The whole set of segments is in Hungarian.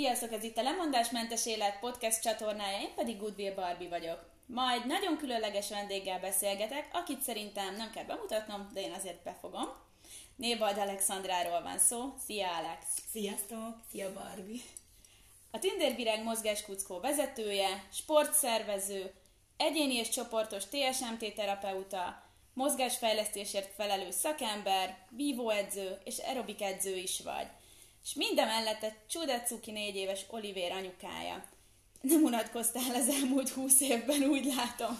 Sziasztok, ez itt a Lemondásmentes Élet podcast csatornája, én pedig Goodwill Barbie vagyok. Ma egy nagyon különleges vendéggel beszélgetek, akit szerintem nem kell bemutatnom, de én azért befogom. Névald Alexandráról van szó. Szia, Alex! Sziasztok! Szia, Barbie! A Tündérvirág mozgáskuckó vezetője, sportszervező, egyéni és csoportos TSMT terapeuta, mozgásfejlesztésért felelős szakember, vívóedző és aerobik edző is vagy. És mindemellett egy csudacuki 4 éves Olivér anyukája. Nem unatkoztál az elmúlt 20 évben, úgy látom.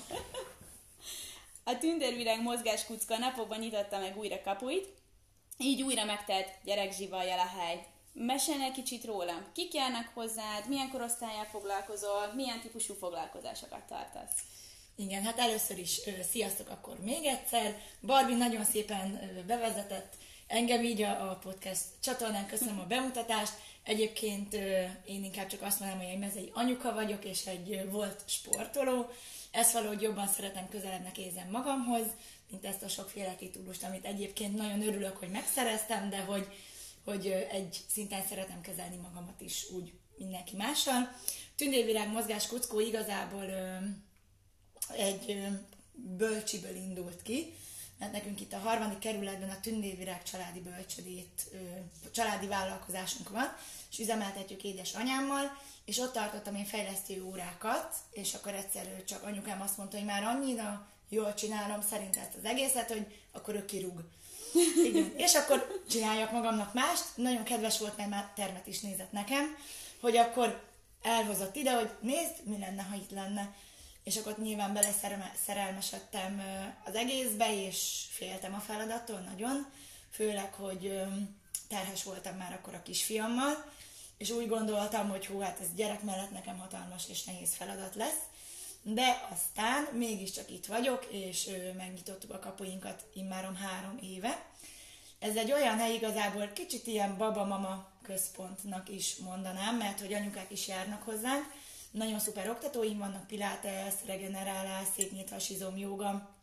A Tündérvirág mozgáskucka napokban nyitotta meg újra kapuit, így újra megtelt gyerekzsivajjal a hely. Mesélj egy kicsit rólam. Kik járnak hozzád, milyen korosztállyal foglalkozol, milyen típusú foglalkozásokat tartasz? Igen, hát először is sziasztok akkor még egyszer. Barbie nagyon szépen bevezetett engem így a podcast csatornán, köszönöm a bemutatást. Egyébként én inkább csak azt mondom, hogy egy mezei anyuka vagyok, és egy volt sportoló. Ezt valahogy jobban szeretem, közelebbnek érzem magamhoz, mint ezt a sokféle titulust, amit egyébként nagyon örülök, hogy megszereztem, de hogy egy szinten szeretem kezelni magamat is úgy mindenki mással. Tündérvirág mozgáskuckó igazából egy bölcsiből indult ki, mert nekünk itt a 3. kerületben a Tündérvirág családi bölcsödét, családi vállalkozásunk van, és üzemeltetjük édesanyámmal, és ott tartottam én fejlesztő órákat, és akkor egyszer csak anyukám azt mondta, hogy már annyira jól csinálom szerint ezt az egészet, hogy akkor ő kirúg. Igen. És akkor csináljak magamnak mást, nagyon kedves volt, mert már termet is nézett nekem, hogy akkor elhozott ide, hogy nézd, mi lenne, ha itt lenne. És akkor nyilván beleszerelmesedtem az egészbe, és féltem a feladattól nagyon, főleg, hogy terhes voltam már akkor a kisfiammal, és úgy gondoltam, hogy hú, hát ez gyerek mellett nekem hatalmas és nehéz feladat lesz, de aztán mégiscsak itt vagyok, és megnyitottuk a kapuinkat immáron 3 éve. Ez egy olyan hely igazából, kicsit ilyen baba-mama központnak is mondanám, mert hogy anyukák is járnak hozzánk. Nagyon szuper oktatóim vannak, pilates, regenerálás, szétnyitás, izom, jóga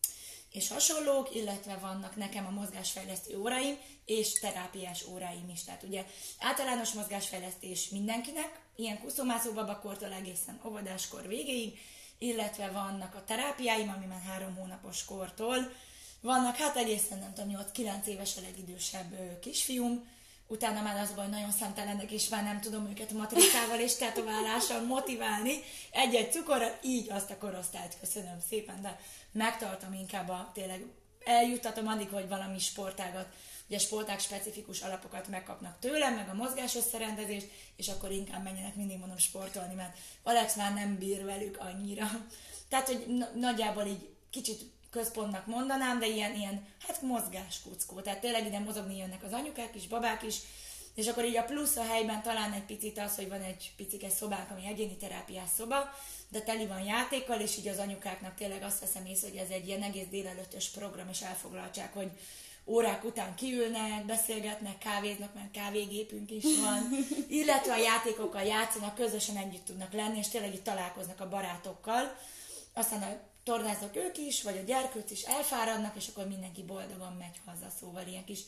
és hasonlók, illetve vannak nekem a mozgásfejlesztő óráim és terápiás óráim is. Tehát ugye általános mozgásfejlesztés mindenkinek, ilyen kuszómászó babakortól egészen óvodáskor végéig, illetve vannak a terápiáim, ami már 3 hónapos kortól. Vannak hát egészen nem tudom, 8-9 éves a legidősebb kisfiúm, utána már az baj, nagyon szemtelenek, és már nem tudom őket matricával és tetoválással motiválni. Egy-egy cukorral, így azt a korosztályt köszönöm szépen, de megtartom inkább tényleg eljuttatom addig, hogy valami sportágat, ugye sportág specifikus alapokat megkapnak tőlem, meg a mozgás összerendezést, és akkor inkább menjenek, mindig mondom, sportolni, mert Alex már nem bír velük annyira. Tehát, hogy nagyjából így kicsit központnak mondanám, de ilyen hát mozgáskuckó. Tehát tényleg ide mozogni jönnek az anyukák is, babák is, és akkor így a plusz a helyben talán egy picit az, hogy van egy picike szobánk, ami egyéni terápiás szoba, de teli van játékkal, és így az anyukáknak tényleg azt veszem észre, hogy ez egy ilyen egész délelőttös program és elfoglaltság, hogy órák után kiülnek, beszélgetnek, kávéznak, mert kávégépünk is van, illetve a játékokkal játszanak, közösen együtt tudnak lenni, és tényleg itt találkoznak a barátokkal. Aztán tornáznak ők is, vagy a gyerkőc is elfáradnak, és akkor mindenki boldogan megy haza, szóval ilyen kis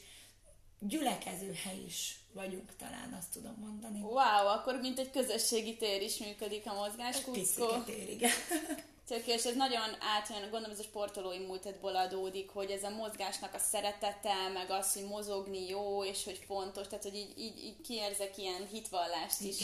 gyülekező hely is vagyunk, talán azt tudom mondani. Wow, akkor mint egy közösségi tér is működik a mozgáskuckó. Egy tér, igen. És ez nagyon átjön, gondolom ez a sportolói múltadból adódik, hogy ez a mozgásnak a szeretete, meg az, hogy mozogni jó, és hogy fontos, tehát hogy így kiérzek ilyen hitvallást is.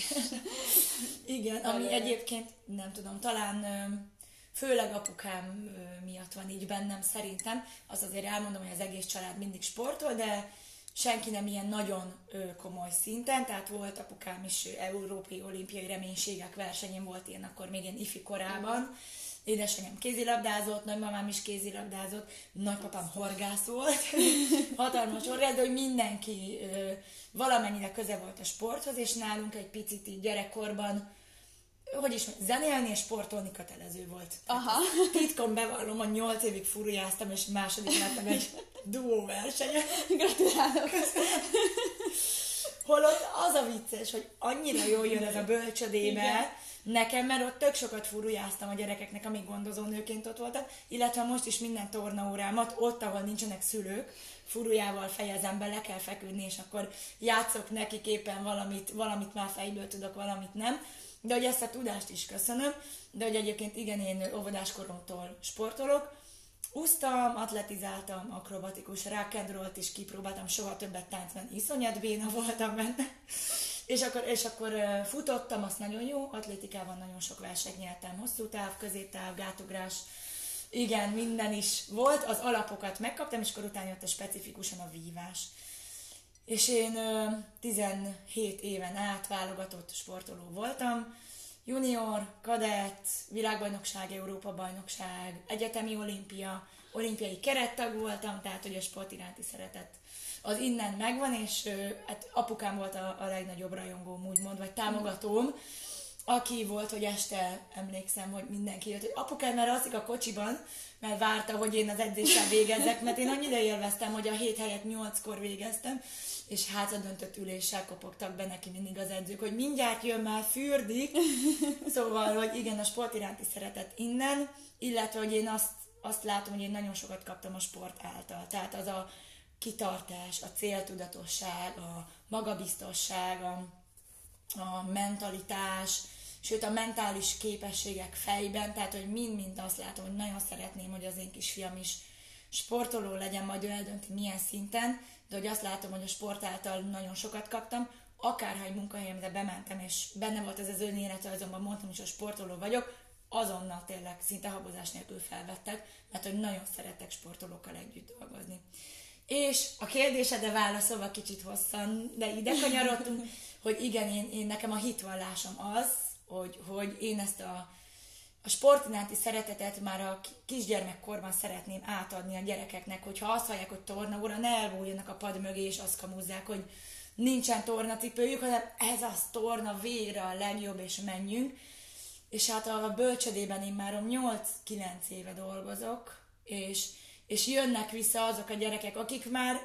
Igen, ami egyébként, nem tudom, talán főleg apukám miatt van így bennem szerintem. Azt azért elmondom, hogy az egész család mindig sportol, de senki nem ilyen nagyon komoly szinten, tehát volt apukám is európai olimpiai reménységek versenyén, volt ilyen akkor még ilyen ifi korában. Édesanyám kézilabdázott, nagymamám is kézilabdázott, nagypapám horgász volt, hatalmas horgász, de hogy mindenki valamennyire köze volt a sporthoz, és nálunk egy picit így gyerekkorban zenélni és sportolni kötelező volt. Aha. Titkon bevallom, hogy 8 évig furujáztam, és második lettem egy duó versenyen. Gratulálok! Holott az a vicces, hogy annyira jól jön ez a bölcsödébe, Igen. nekem, mert ott tök sokat furujáztam a gyerekeknek, amíg gondozónőként ott voltam, illetve most is minden tornaórámat, ott, ahol nincsenek szülők, furujával fejezem be, le kell feküdni, és akkor játszok nekik éppen valamit már fejből tudok, valamit nem. De hogy ezt a tudást is köszönöm, de hogy egyébként igen, én óvodáskoromtól sportolok, úsztam, atletizáltam, akrobatikus rock and rollt is kipróbáltam, soha többet táncban, iszonyat béna voltam benne. És akkor futottam, az nagyon jó, atlétikában nagyon sok versenyt nyertem, hosszú táv, középtáv, gátugrás, igen, minden is volt, az alapokat megkaptam, és akkor utána jött a specifikusan a vívás. És én 17 éven át válogatott sportoló voltam, junior, kadett, világbajnokság, Európa-bajnokság, egyetemi olimpia, olimpiai kerettag voltam, tehát hogy a sport iránti szeretet az innen megvan, és hát apukám volt a legnagyobb rajongóm, úgymond, vagy támogatóm, aki volt, hogy este emlékszem, hogy mindenki jött, hogy apukám már alszik a kocsiban, mert várta, hogy én az edzéssel végezzek, mert én annyira élveztem, hogy a 7 helyett 8-kor végeztem, és hátradöntött üléssel kopogtak be neki mindig az edzők, hogy mindjárt jön már, fürdik. Szóval, hogy igen, a sport iránti szeretet innen, illetve, hogy én azt látom, hogy én nagyon sokat kaptam a sport által. Tehát az a kitartás, a céltudatosság, a magabiztosság, a mentalitás, sőt a mentális képességek fejben, tehát hogy mind-mind azt látom, hogy nagyon szeretném, hogy az én kisfiam is sportoló legyen, majd ő eldönti milyen szinten, de hogy azt látom, hogy a sport által nagyon sokat kaptam, akárhány munkahelyemre bementem, és benne volt ez az önéletrajzomban, mondtam is, hogy sportoló vagyok, azonnal tényleg szinte habozás nélkül felvettek, mert hogy nagyon szeretek sportolókkal együtt dolgozni. És a kérdésedre válaszolva kicsit hosszan, de ide kanyarodtunk, hogy igen, én nekem a hitvallásom az, hogy én ezt a sport iránti szeretetet már a kisgyermekkorban szeretném átadni a gyerekeknek, hogyha azt hallják, hogy tornaóra, ne elbújjanak a pad mögé, és azt kamúzzák, hogy nincsen tornacipőjük, hanem ez az torna végre a legjobb, és menjünk. És hát a bölcsödében én már 8-9 éve dolgozok, és jönnek vissza azok a gyerekek, akik már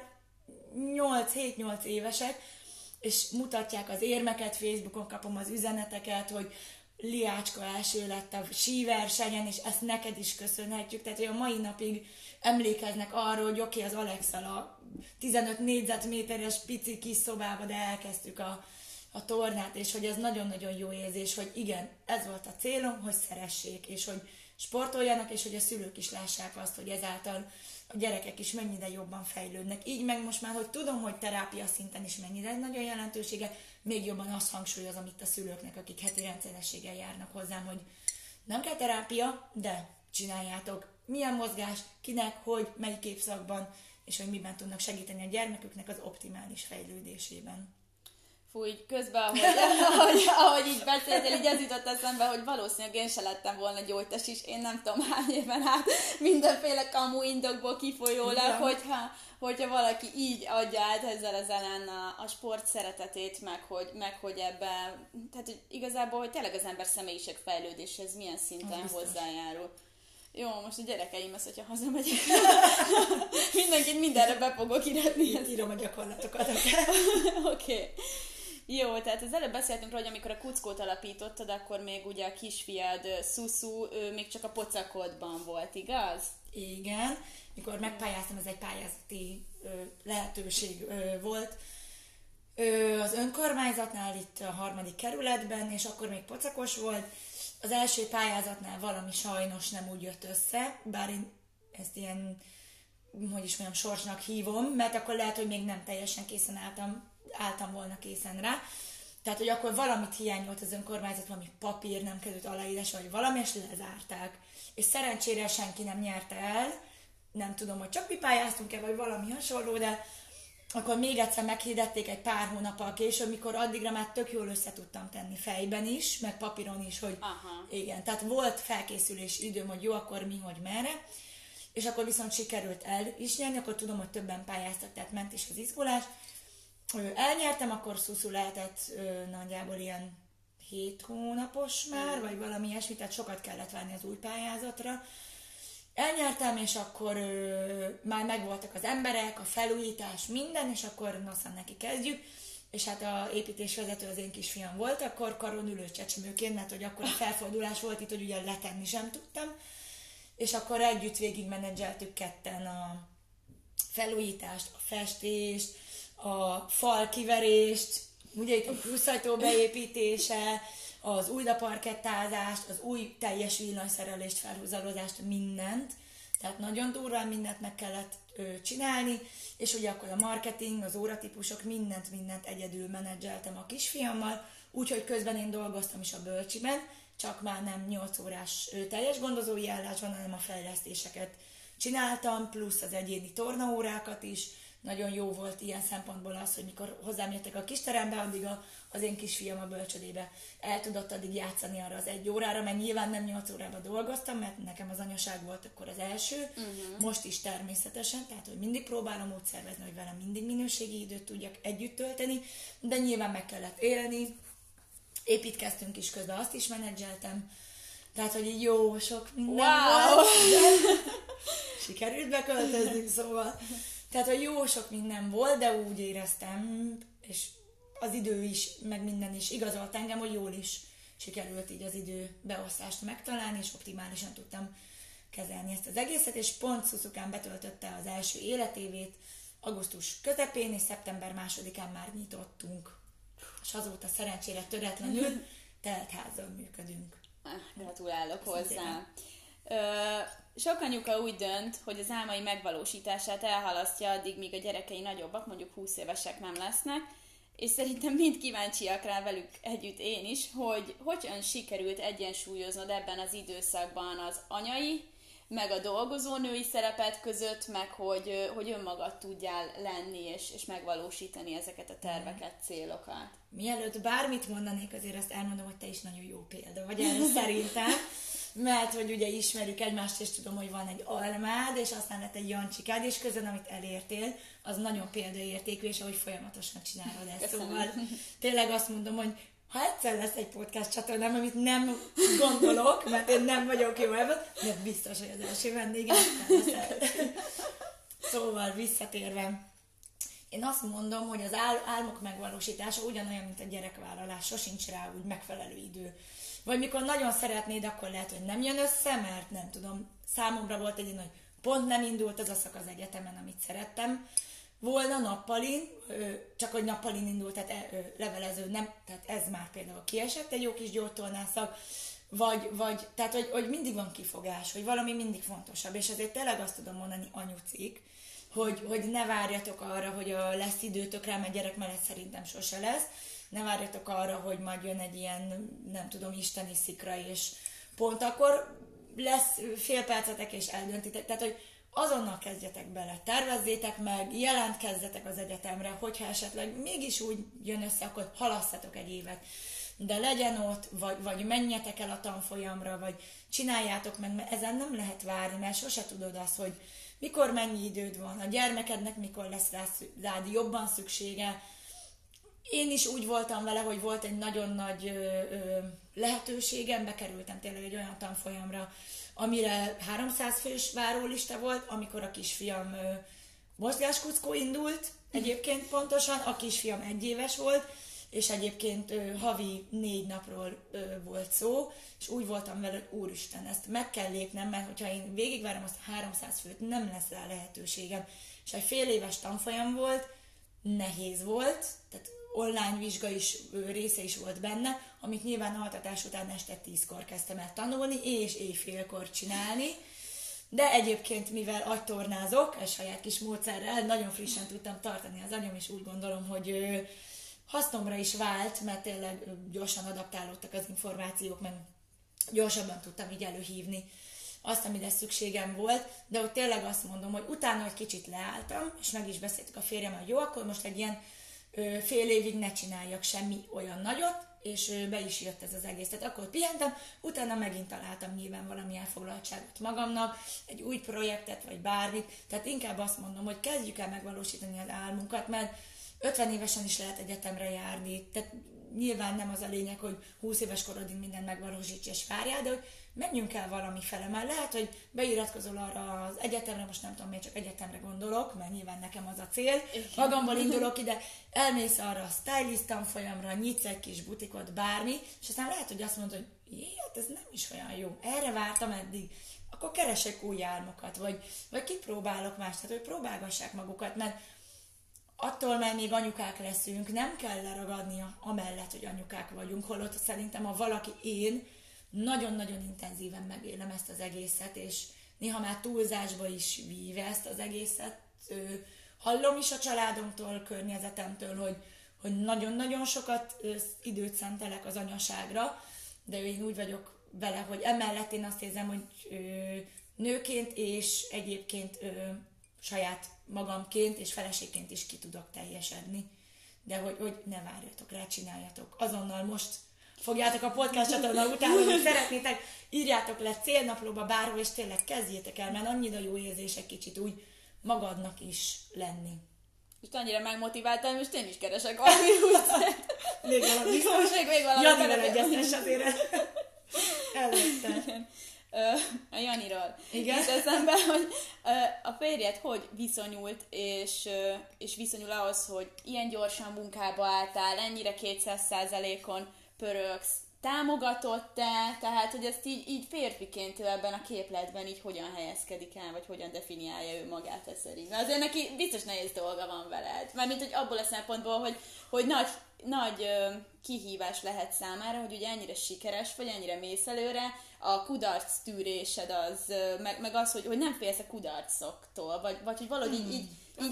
7-8 évesek, és mutatják az érmeket, Facebookon kapom az üzeneteket, hogy Liácska első lett a síversenyen, és ezt neked is köszönhetjük. Tehát, hogy a mai napig emlékeznek arról, hogy oké, az Alex-szal a 15 négyzetméteres pici kis szobába, de elkezdtük a tornát, és hogy ez nagyon-nagyon jó érzés, hogy igen, ez volt a célom, hogy szeressék, és hogy sportoljanak, és hogy a szülők is lássák azt, hogy ezáltal a gyerekek is mennyire jobban fejlődnek. Így meg most már, hogy tudom, hogy terápia szinten is mennyire nagyon jelentősége, még jobban azt hangsúlyozom itt a szülőknek, akik heti rendszerességgel járnak hozzám, hogy nem kell terápia, de csináljátok. Milyen mozgás, kinek, hogy, melyik évszakban, és hogy miben tudnak segíteni a gyermeküknek az optimális fejlődésében. Fúj, közben, ahogy így beszéltél, így ez jutott eszembe, hogy valószínűleg én se lettem volna gyógytest is, én nem tudom hány éven át mindenféle kamu indokból kifolyólag, hogyha valaki így adja át ezzel az ellen a sport szeretetét, meg hogy ebben, tehát hogy igazából, hogy tényleg az ember személyiségfejlődéshez milyen szinten hozzájárul. Jó, most a gyerekeim ezt, hogyha hazamegyek. Mindenkit mindenre be fogok iratni. Írom a gyakorlatokat. Oké. Jó, tehát az előbb beszéltünk róla, hogy amikor a Kuckót alapítottad, akkor még ugye a kisfiad Szuszú, ő még csak a pocakodban volt, igaz? Igen, mikor megpályáztam, ez egy pályázati lehetőség volt az önkormányzatnál, itt a 3. kerületben, és akkor még pocakos volt. Az első pályázatnál valami sajnos nem úgy jött össze, bár én ezt ilyen, hogy is mondjam, sorsnak hívom, mert akkor lehet, hogy még nem teljesen készen álltam volna készen rá. Tehát, hogy akkor valamit hiányolt az önkormányzat, valami papír nem került aláírás, vagy valami, és lezárták. És szerencsére senki nem nyerte el, nem tudom, hogy csak mi pályáztunk-e, vagy valami hasonló, de akkor még egyszer meghirdették egy pár hónappal később, mikor addigra már tök jól össze tudtam tenni fejben is, meg papíron is, hogy igen, tehát volt felkészülési időm, hogy jó, akkor mi, hogy merre, és akkor viszont sikerült el is nyerni, akkor tudom, hogy többen pályáztak, tehát ment is az izgulás. Elnyertem, akkor Szuszú lehetett nagyjából ilyen 7 hónapos már, vagy valami ilyesmi, tehát sokat kellett várni az új pályázatra. Elnyertem, és akkor már megvoltak az emberek, a felújítás, minden, és akkor noszan neki kezdjük. és hát a építésvezető az én kisfiam volt, akkor karon ülő csecsemőként, mert hogy akkor a felfordulás volt itt, hogy ugye letenni sem tudtam, és akkor együtt végigmenedzseltük ketten a felújítást, a festést, a fal kiverést, ugye itt a pluszajtó beépítése, az új parkettázást, az új teljes villanyszerelést, felhúzalozást, mindent. Tehát nagyon durván mindent meg kellett csinálni, és ugye akkor a marketing, az óratípusok, mindent egyedül menedzseltem a kisfiammal, úgyhogy közben én dolgoztam is a bölcsiben, csak már nem 8 órás teljes gondozói állásban, hanem a fejlesztéseket csináltam, plusz az egyéni tornaórákat is. Nagyon jó volt ilyen szempontból az, hogy mikor hozzám jöttek a kisterembe, addig az én kisfiam a bölcsödébe el tudott addig játszani arra az 1 órára, mert nyilván nem 8 órában dolgoztam, mert nekem az anyaság volt akkor az első, most is természetesen, tehát hogy mindig próbálom úgy szervezni, hogy velem mindig minőségi időt tudjak együtt tölteni, de nyilván meg kellett élni, építkeztünk is közben, azt is menedzseltem, tehát hogy így jó sok minden volt, sikerült beköltözni, szóval. Tehát, hogy jó sok minden volt, de úgy éreztem, és az idő is, meg minden is igazolt engem, hogy jól is sikerült így az időbeosztást megtalálni, és optimálisan tudtam kezelni ezt az egészet, és pont Szuzukán betöltötte az első életévét augusztus közepén, és szeptember 2-án már nyitottunk. És azóta szerencsére töretlenül teltházzal működünk. Gratulálok hozzá. Sok anyuka úgy dönt, hogy az álmai megvalósítását elhalasztja addig, míg a gyerekei nagyobbak, mondjuk 20 évesek nem lesznek, és szerintem mind kíváncsiak rá velük együtt én is, hogy hogyan sikerült egyensúlyoznod ebben az időszakban az anyai, meg a dolgozó női szerepet között, meg hogy önmagad tudjál lenni és megvalósítani ezeket a terveket, célokat. Mielőtt bármit mondanék, azért azt elmondom, hogy te is nagyon jó példa vagy erre szerintem, mert hogy ugye ismerjük egymást, és tudom, hogy van egy almád, és aztán lett egy Jancsikád, és közben, amit elértél, az nagyon példaértékű, és ahogy folyamatosan csinálod ezt. Szóval tényleg azt mondom, hogy ha egyszer lesz egy podcast csatornám, amit nem gondolok, mert én nem vagyok jó ebben, de biztos, hogy az első vendégem leszel. Szóval visszatérve, én azt mondom, hogy az álmok megvalósítása ugyanolyan, mint a gyerekvállalás, sosincs rá úgy megfelelő idő. Vagy mikor nagyon szeretnéd, akkor lehet, hogy nem jön össze, mert nem tudom, számomra volt egy nagy pont nem indult az a szak az egyetemen, amit szerettem volna nappalin, csak hogy nappalin indult, tehát levelező, nem, tehát ez már például kiesett, egy jó kis gyógytornászak, vagy tehát, hogy mindig van kifogás, hogy valami mindig fontosabb, és azért tényleg azt tudom mondani anyucik, hogy ne várjatok arra, hogy lesz időtök rá, mert gyerek mellett szerintem sose lesz, ne várjatok arra, hogy majd jön egy ilyen, nem tudom, isteni szikra, és pont akkor lesz fél percetek, és eldöntitek. Tehát, hogy azonnal kezdjetek bele, tervezzétek meg, jelentkezzetek az egyetemre, hogyha esetleg mégis úgy jön össze, akkor halasszatok egy évet. De legyen ott, vagy menjetek el a tanfolyamra, vagy csináljátok meg, mert ezen nem lehet várni, mert sose tudod azt, hogy mikor mennyi időd van, a gyermekednek mikor lesz rád jobban szüksége. Én is úgy voltam vele, hogy volt egy nagyon nagy lehetőségem, bekerültem tényleg egy olyan tanfolyamra, amire 300 fős várólista volt, amikor a kisfiam mozgáskuckó indult, egyébként pontosan, a kisfiam 1 éves volt, és egyébként havi 4 napról volt szó, és úgy voltam vele, hogy úristen, ezt meg kell lépnem, mert hogyha én végigvárom azt 300 főt, nem lesz rá lehetőségem. És egy fél éves tanfolyam volt, nehéz volt, tehát online vizsga is része is volt benne, amit nyilván altatás után este 10-kor kezdtem el tanulni, és éjfélkor csinálni. De egyébként, mivel agytornázok, egy saját kis módszerrel, nagyon frissen tudtam tartani az agyam, és úgy gondolom, hogy hasznomra is vált, mert tényleg gyorsan adaptálódtak az információk, meg gyorsabban tudtam így előhívni azt, amire szükségem volt, de hogy tényleg azt mondom, hogy utána egy kicsit leálltam, és meg is beszéltük a férjemmel, hogy jó, akkor most egy ilyen fél évig ne csináljak semmi olyan nagyot, és be is jött ez az egész. Tehát akkor pihentem, utána megint találtam nyilván valami elfoglaltságot magamnak, egy új projektet, vagy bármit, tehát inkább azt mondom, hogy kezdjük el megvalósítani az álmunkat, mert 50 évesen is lehet egyetemre járni, tehát nyilván nem az a lényeg, hogy 20 éves korodig mindent megvalósíts és várjál, de hogy menjünk el valami fele, mert lehet, hogy beiratkozol arra az egyetemre, most nem tudom, miért csak egyetemre gondolok, mert nyilván nekem az a cél, magamból indulok ide, elmész arra a stylist tanfolyamra, nyitsz egy kis butikot, bármi, és aztán lehet, hogy azt mondod, hogy hát ez nem is olyan jó, erre vártam eddig, akkor keresek új álmokat, vagy kipróbálok más, tehát hogy próbálgassák magukat, mert attól, mert még anyukák leszünk, nem kell leragadni amellett, hogy anyukák vagyunk, holott szerintem, ha valaki én nagyon-nagyon intenzíven megélem ezt az egészet, és néha már túlzásba is víve ezt az egészet. Hallom is a családomtól, környezetemtől, hogy nagyon-nagyon sokat időt szentelek az anyaságra, de én úgy vagyok vele, hogy emellett én azt érzem, hogy nőként és egyébként saját magamként és feleségként is ki tudok teljesedni. De hogy ne várjatok rá, csináljatok. Azonnal most fogjátok a podcast csatorna után, hogy szeretnétek, írjátok le célnaplóba bárhol, és tényleg kezdjétek el, mert annyira jó érzés egy kicsit úgy magadnak is lenni. És annyira megmotiváltam, most én is keresek valami Még valami. Még valami. Janival egyeztes azért előtte. A Janiról. Igen? És eszembe, hogy a férjed hogy viszonyult, és viszonyul ahhoz, hogy ilyen gyorsan munkába álltál, ennyire 200%-on pörögsz, támogatott-e, tehát hogy ezt így férfiként ő ebben a képletben így hogyan helyezkedik el, vagy hogyan definiálja ő magát ez szerint. Mert azért neki biztos nehéz dolga van veled. Mármint, hogy abból a szempontból, hogy nagy kihívás lehet számára, hogy ugye ennyire sikeres vagy, ennyire mész előre, a kudarc tűrésed az, meg az, hogy nem félsz a kudarcoktól, vagy hogy valahogy így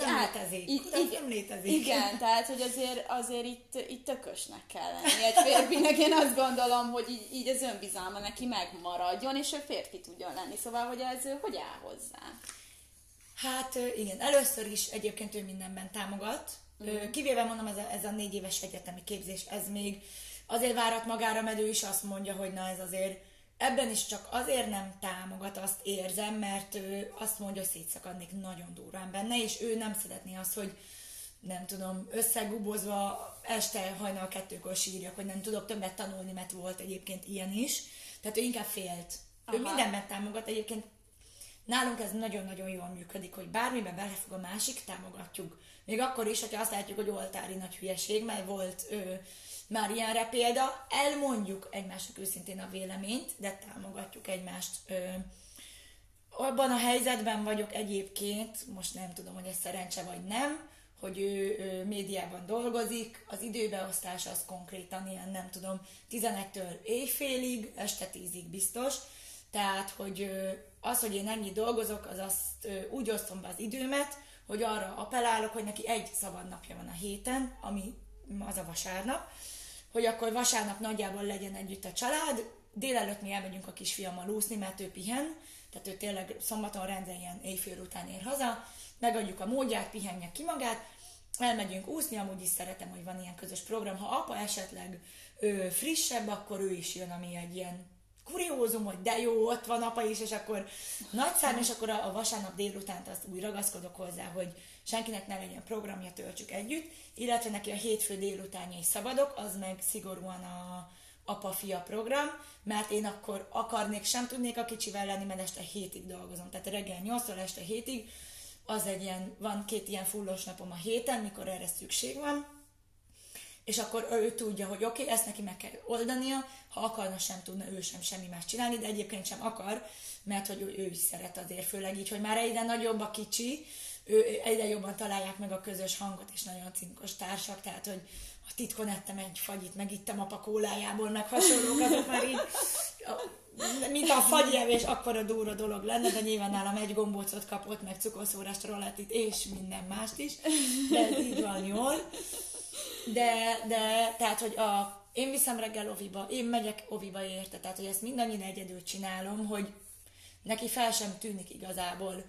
nem létezik. Igen, tehát, hogy azért itt tökösnek kell lenni egy férfinek. Én azt gondolom, hogy így az önbizalma neki megmaradjon, és ő férfi tudjon lenni. Szóval, hogy ez hogy áll hozzá? Hát igen, először is egyébként ő mindenben támogat. Kivéve mondom, ez a 4 éves egyetemi képzés, ez még azért várat magára, mert ő is azt mondja, hogy na ez azért ebben is csak azért nem támogat, azt érzem, mert ő azt mondja, hogy szétszakadnék nagyon durván benne, és ő nem szeretné azt, hogy nem tudom, összegubozva este hajnal 2-kor sírjak, hogy nem tudok többet tanulni, mert volt egyébként ilyen is. Tehát ő inkább félt. Aha. Ő mindenben támogat, egyébként nálunk ez nagyon-nagyon jól működik, hogy bármiben belefog a másik, támogatjuk. Még akkor is, hogyha azt látjuk, hogy oltári nagy hülyeség, mert volt már ilyenre példa, elmondjuk egymásnak őszintén a véleményt, de támogatjuk egymást. Abban a helyzetben vagyok egyébként, most nem tudom, hogy ez szerencse vagy nem, hogy ő médiában dolgozik, az időbeosztás az konkrétan ilyen, nem tudom, 11-től éjfélig, este 10-ig biztos, tehát, hogy az, hogy én ennyit dolgozok, az azt úgy osztom be az időmet, hogy arra appellálok, hogy neki egy szabad napja van a héten, ami az a vasárnap, hogy akkor vasárnap nagyjából legyen együtt a család, délelőtt mi elmegyünk a kisfiammal úszni, mert ő pihen, tehát ő tényleg szombaton rendre ilyen éjfél után ér haza, megadjuk a módját, pihenje ki magát, elmegyünk úszni, amúgy is szeretem, hogy van ilyen közös program, ha apa esetleg frissebb, akkor ő is jön, ami egy ilyen kuriózum, hogy de jó, ott van apa is, és akkor nagy szám, és akkor a vasárnap délutánt azt úgy ragaszkodok hozzá, hogy senkinek ne legyen programja, töltsük együtt, illetve neki a hétfő délutánjai szabadok, az meg szigorúan a apa-fia program, mert én akkor akarnék, sem tudnék a kicsivel lenni, mert este 7-ig dolgozom, tehát reggel 8-tól este 7-ig, az egy ilyen, van 2 ilyen fullos napom a héten, mikor erre szükség van, és akkor ő tudja, hogy oké, ezt neki meg kell oldania, ha akarna, sem tudna ő sem semmi más csinálni, de egyébként sem akar, mert hogy ő is szeret azért, főleg így, hogy már egyre nagyobb a kicsi, ő egyre jobban találják meg a közös hangot, és nagyon cinkos társak, tehát, hogy a titkon ettem egy fagyit, megittem apa kólájából, meg hasonlók, azok már így, mint a fagyevés, akkora durva dolog lenne, de nyilván nálam egy gombócot kapott, meg cukorszórást, rollettit, és minden mást is, de ez így van jól. De tehát, hogy én viszem reggel oviba, én megyek oviba érte, tehát, hogy ezt mindannyira egyedül csinálom, hogy neki fel sem tűnik igazából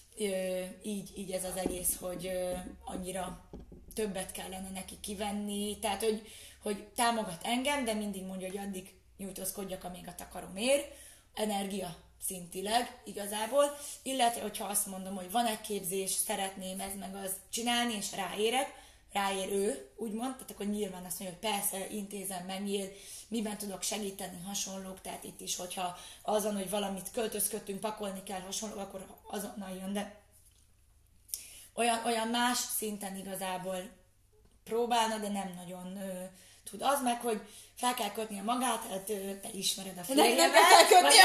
így ez az egész, hogy annyira többet kellene neki kivenni, tehát, hogy támogat engem, de mindig mondja, hogy addig nyújtózkodjak, amíg a takarom ér, energia szintileg igazából, illetve, hogyha azt mondom, hogy van egy képzés, szeretném ez meg az csinálni, és ráérek, ráér ő, úgymond, tehát akkor nyilván azt mondja, hogy persze, intézem, menjél, miben tudok segíteni, hasonlók, tehát itt is, hogyha azon, hogy valamit költözködtünk, pakolni kell, hasonlók, akkor azonnal jön, de olyan más szinten igazából próbálna, de nem nagyon tud. Az meg, hogy fel kell kötnie magát, hát te ismered a férjemet. Nem kell kötnie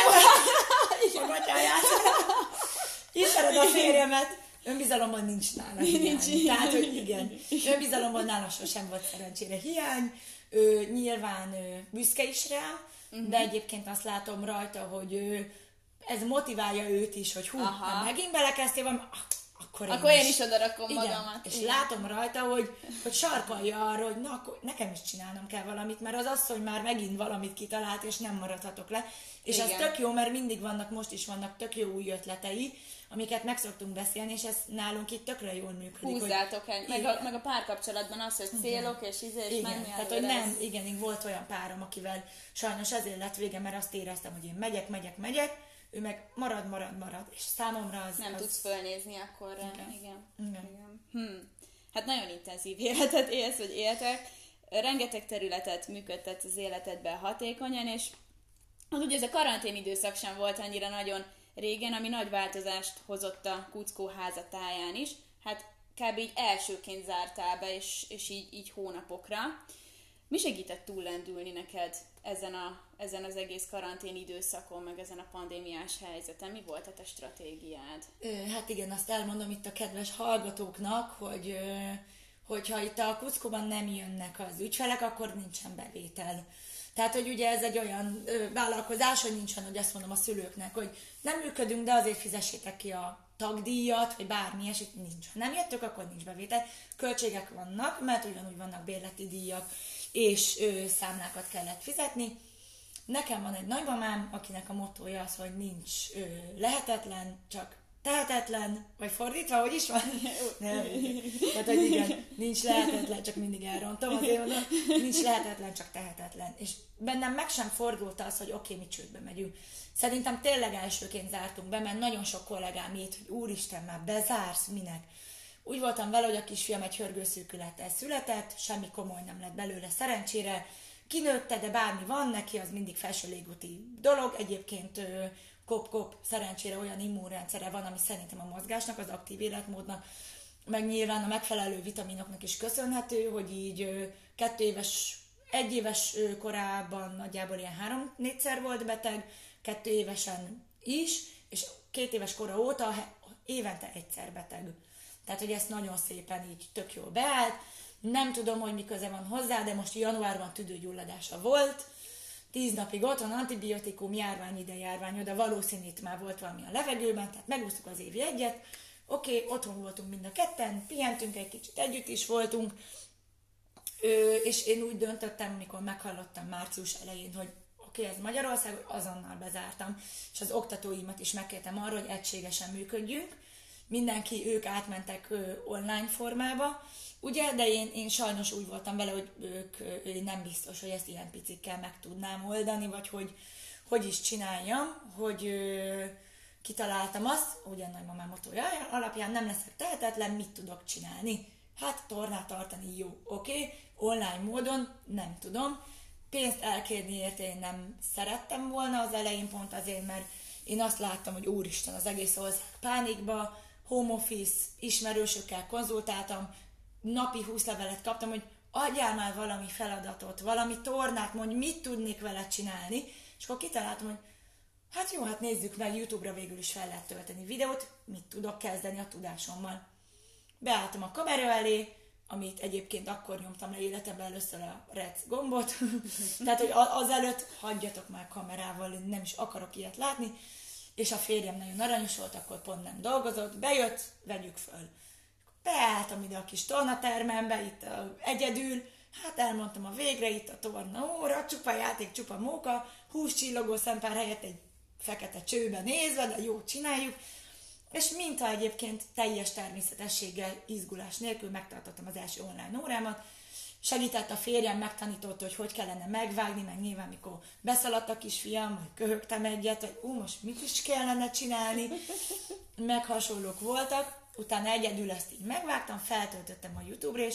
magát. Ismered a férjemet, önbizalomban nincs nála hiány. Tehát, hogy igen, önbizalomban nála sosem volt szerencsére hiány. Nyilván büszke is rá, de egyébként azt látom rajta, hogy ez motiválja őt is, hogy ha megint belekezdtél valami, akkor én is odarakom magamat. És látom rajta, hogy sarkalja arra, hogy na, akkor nekem is csinálnom kell valamit, mert az asszony már megint valamit kitalált, és nem maradhatok le. És ez tök jó, mert mindig vannak, most is vannak tök jó új ötletei, amiket meg szoktunk beszélni, és ez nálunk itt tökre jól működik. Húzzátok el. Meg a párkapcsolatban az, hogy célok, és és menni tehát, hogy nem, igen, volt olyan párom, akivel sajnos ezért lett vége, mert azt éreztem, hogy én megyek, ő meg marad, és számomra az... Nem tudsz fölnézni akkor. Igen. Hát nagyon intenzív életet élsz, vagy éltek. Rengeteg területet működtetsz az életedben hatékonyan, és az ugye ez a karantén időszak sem volt annyira nagyon régen, ami nagy változást hozott a Kuckó házatáján is. Hát kb. Így elsőként zártál be, és így hónapokra. Mi segített túllendülni neked ezen az egész karantén időszakon, meg ezen a pandémiás helyzeten? Mi volt a te stratégiád? Hát igen, azt elmondom itt a kedves hallgatóknak, hogyha itt a Kuckóban nem jönnek az ügyfelek, akkor nincsen bevétel. Tehát, hogy ugye ez egy olyan vállalkozás, hogy nincsen, hogy azt mondom a szülőknek, hogy nem működünk, de azért fizessétek ki a tagdíjat, vagy bármi eset, nincs. Ha nem jöttök, akkor nincs bevétel. Költségek vannak, mert ugyanúgy vannak bérleti díjak, és számlákat kellett fizetni. Nekem van egy nagymamám, akinek a mottója az, hogy nincs lehetetlen, csak tehetetlen, vagy fordítva, hogy is van? Nem, tehát, hogy igen, nincs lehetetlen, csak mindig elrontom, azért mondom, nincs lehetetlen, csak tehetetlen. És bennem meg sem fordult az, hogy oké, mi csődbe megyünk. Szerintem tényleg elsőként zártunk be, mert nagyon sok kollégám írt, hogy úristen, már bezársz, minek? Úgy voltam vele, hogy a kisfiam egy hörgőszűkülettel született, semmi komoly nem lett belőle szerencsére, kinőtte, de bármi van neki, az mindig felső légúti dolog. Egyébként kop-kop szerencsére olyan immunrendszere van, ami szerintem a mozgásnak, az aktív életmódnak, meg nyilván a megfelelő vitaminoknak is köszönhető, hogy így 1 éves korában nagyjából ilyen 3-4-szer volt beteg, 2 évesen is, és 2 éves kora óta évente 1-szer beteg. Tehát, hogy ezt nagyon szépen így tök jól beállt. Nem tudom, hogy mi köze van hozzá, de most januárban tüdőgyulladása volt. 10 napig otthon, antibiotikum, járvány ide, járvány oda, valószínű itt már volt valami a levegőben, tehát megúsztuk az évi egyet. Oké, otthon voltunk mind a ketten, pihentünk egy kicsit, együtt is voltunk, és én úgy döntöttem, amikor meghallottam március elején, hogy oké, ez Magyarország, hogy azonnal bezártam, és az oktatóimat is megkértem arra, hogy egységesen működjünk. Ők átmentek online formába, ugye, de én sajnos úgy voltam vele, hogy én nem biztos, hogy ezt ilyen picikkel meg tudnám oldani, vagy hogy is csináljam, hogy kitaláltam azt, ugye nagymamám motója alapján nem leszek tehetetlen, mit tudok csinálni? Hát tornát tartani jó, oké, online módon nem tudom, pénzt elkérni érte én nem szerettem volna az elején, pont azért, mert én azt láttam, hogy úristen, az egész ország pánikba, home office, ismerősökkel konzultáltam, napi 20 levelet kaptam, hogy adjál már valami feladatot, valami tornát, mondj, mit tudnék vele csinálni, és akkor kitaláltam, hogy hát jó, hát nézzük meg, YouTube-ra végül is fel lehet tölteni videót, mit tudok kezdeni a tudásommal. Beálltam a kamera elé, amit egyébként akkor nyomtam le életemben először a rec gombot, tehát, hogy azelőtt hagyjatok már kamerával, én nem is akarok ilyet látni, és a férjem nagyon aranyos volt, akkor pont nem dolgozott, bejött, vegyük föl. Beálltam ide a kis tornatermembe, itt egyedül, hát elmondtam a végre, itt a torna óra, csupa játék, csupa móka, húscsillogó szempár helyett egy fekete csőbe nézve, de jó, csináljuk, és mintha egyébként teljes természetességgel, izgulás nélkül megtartottam az első online órámat, segített a férjem, megtanított, hogy kellene megvágni, meg nyilván mikor beszaladt a kisfiam, vagy köhögtem egyet, hogy most mit is kellene csinálni, meg hasonlók voltak, utána egyedül ezt így megvágtam, feltöltöttem a YouTube-ra, és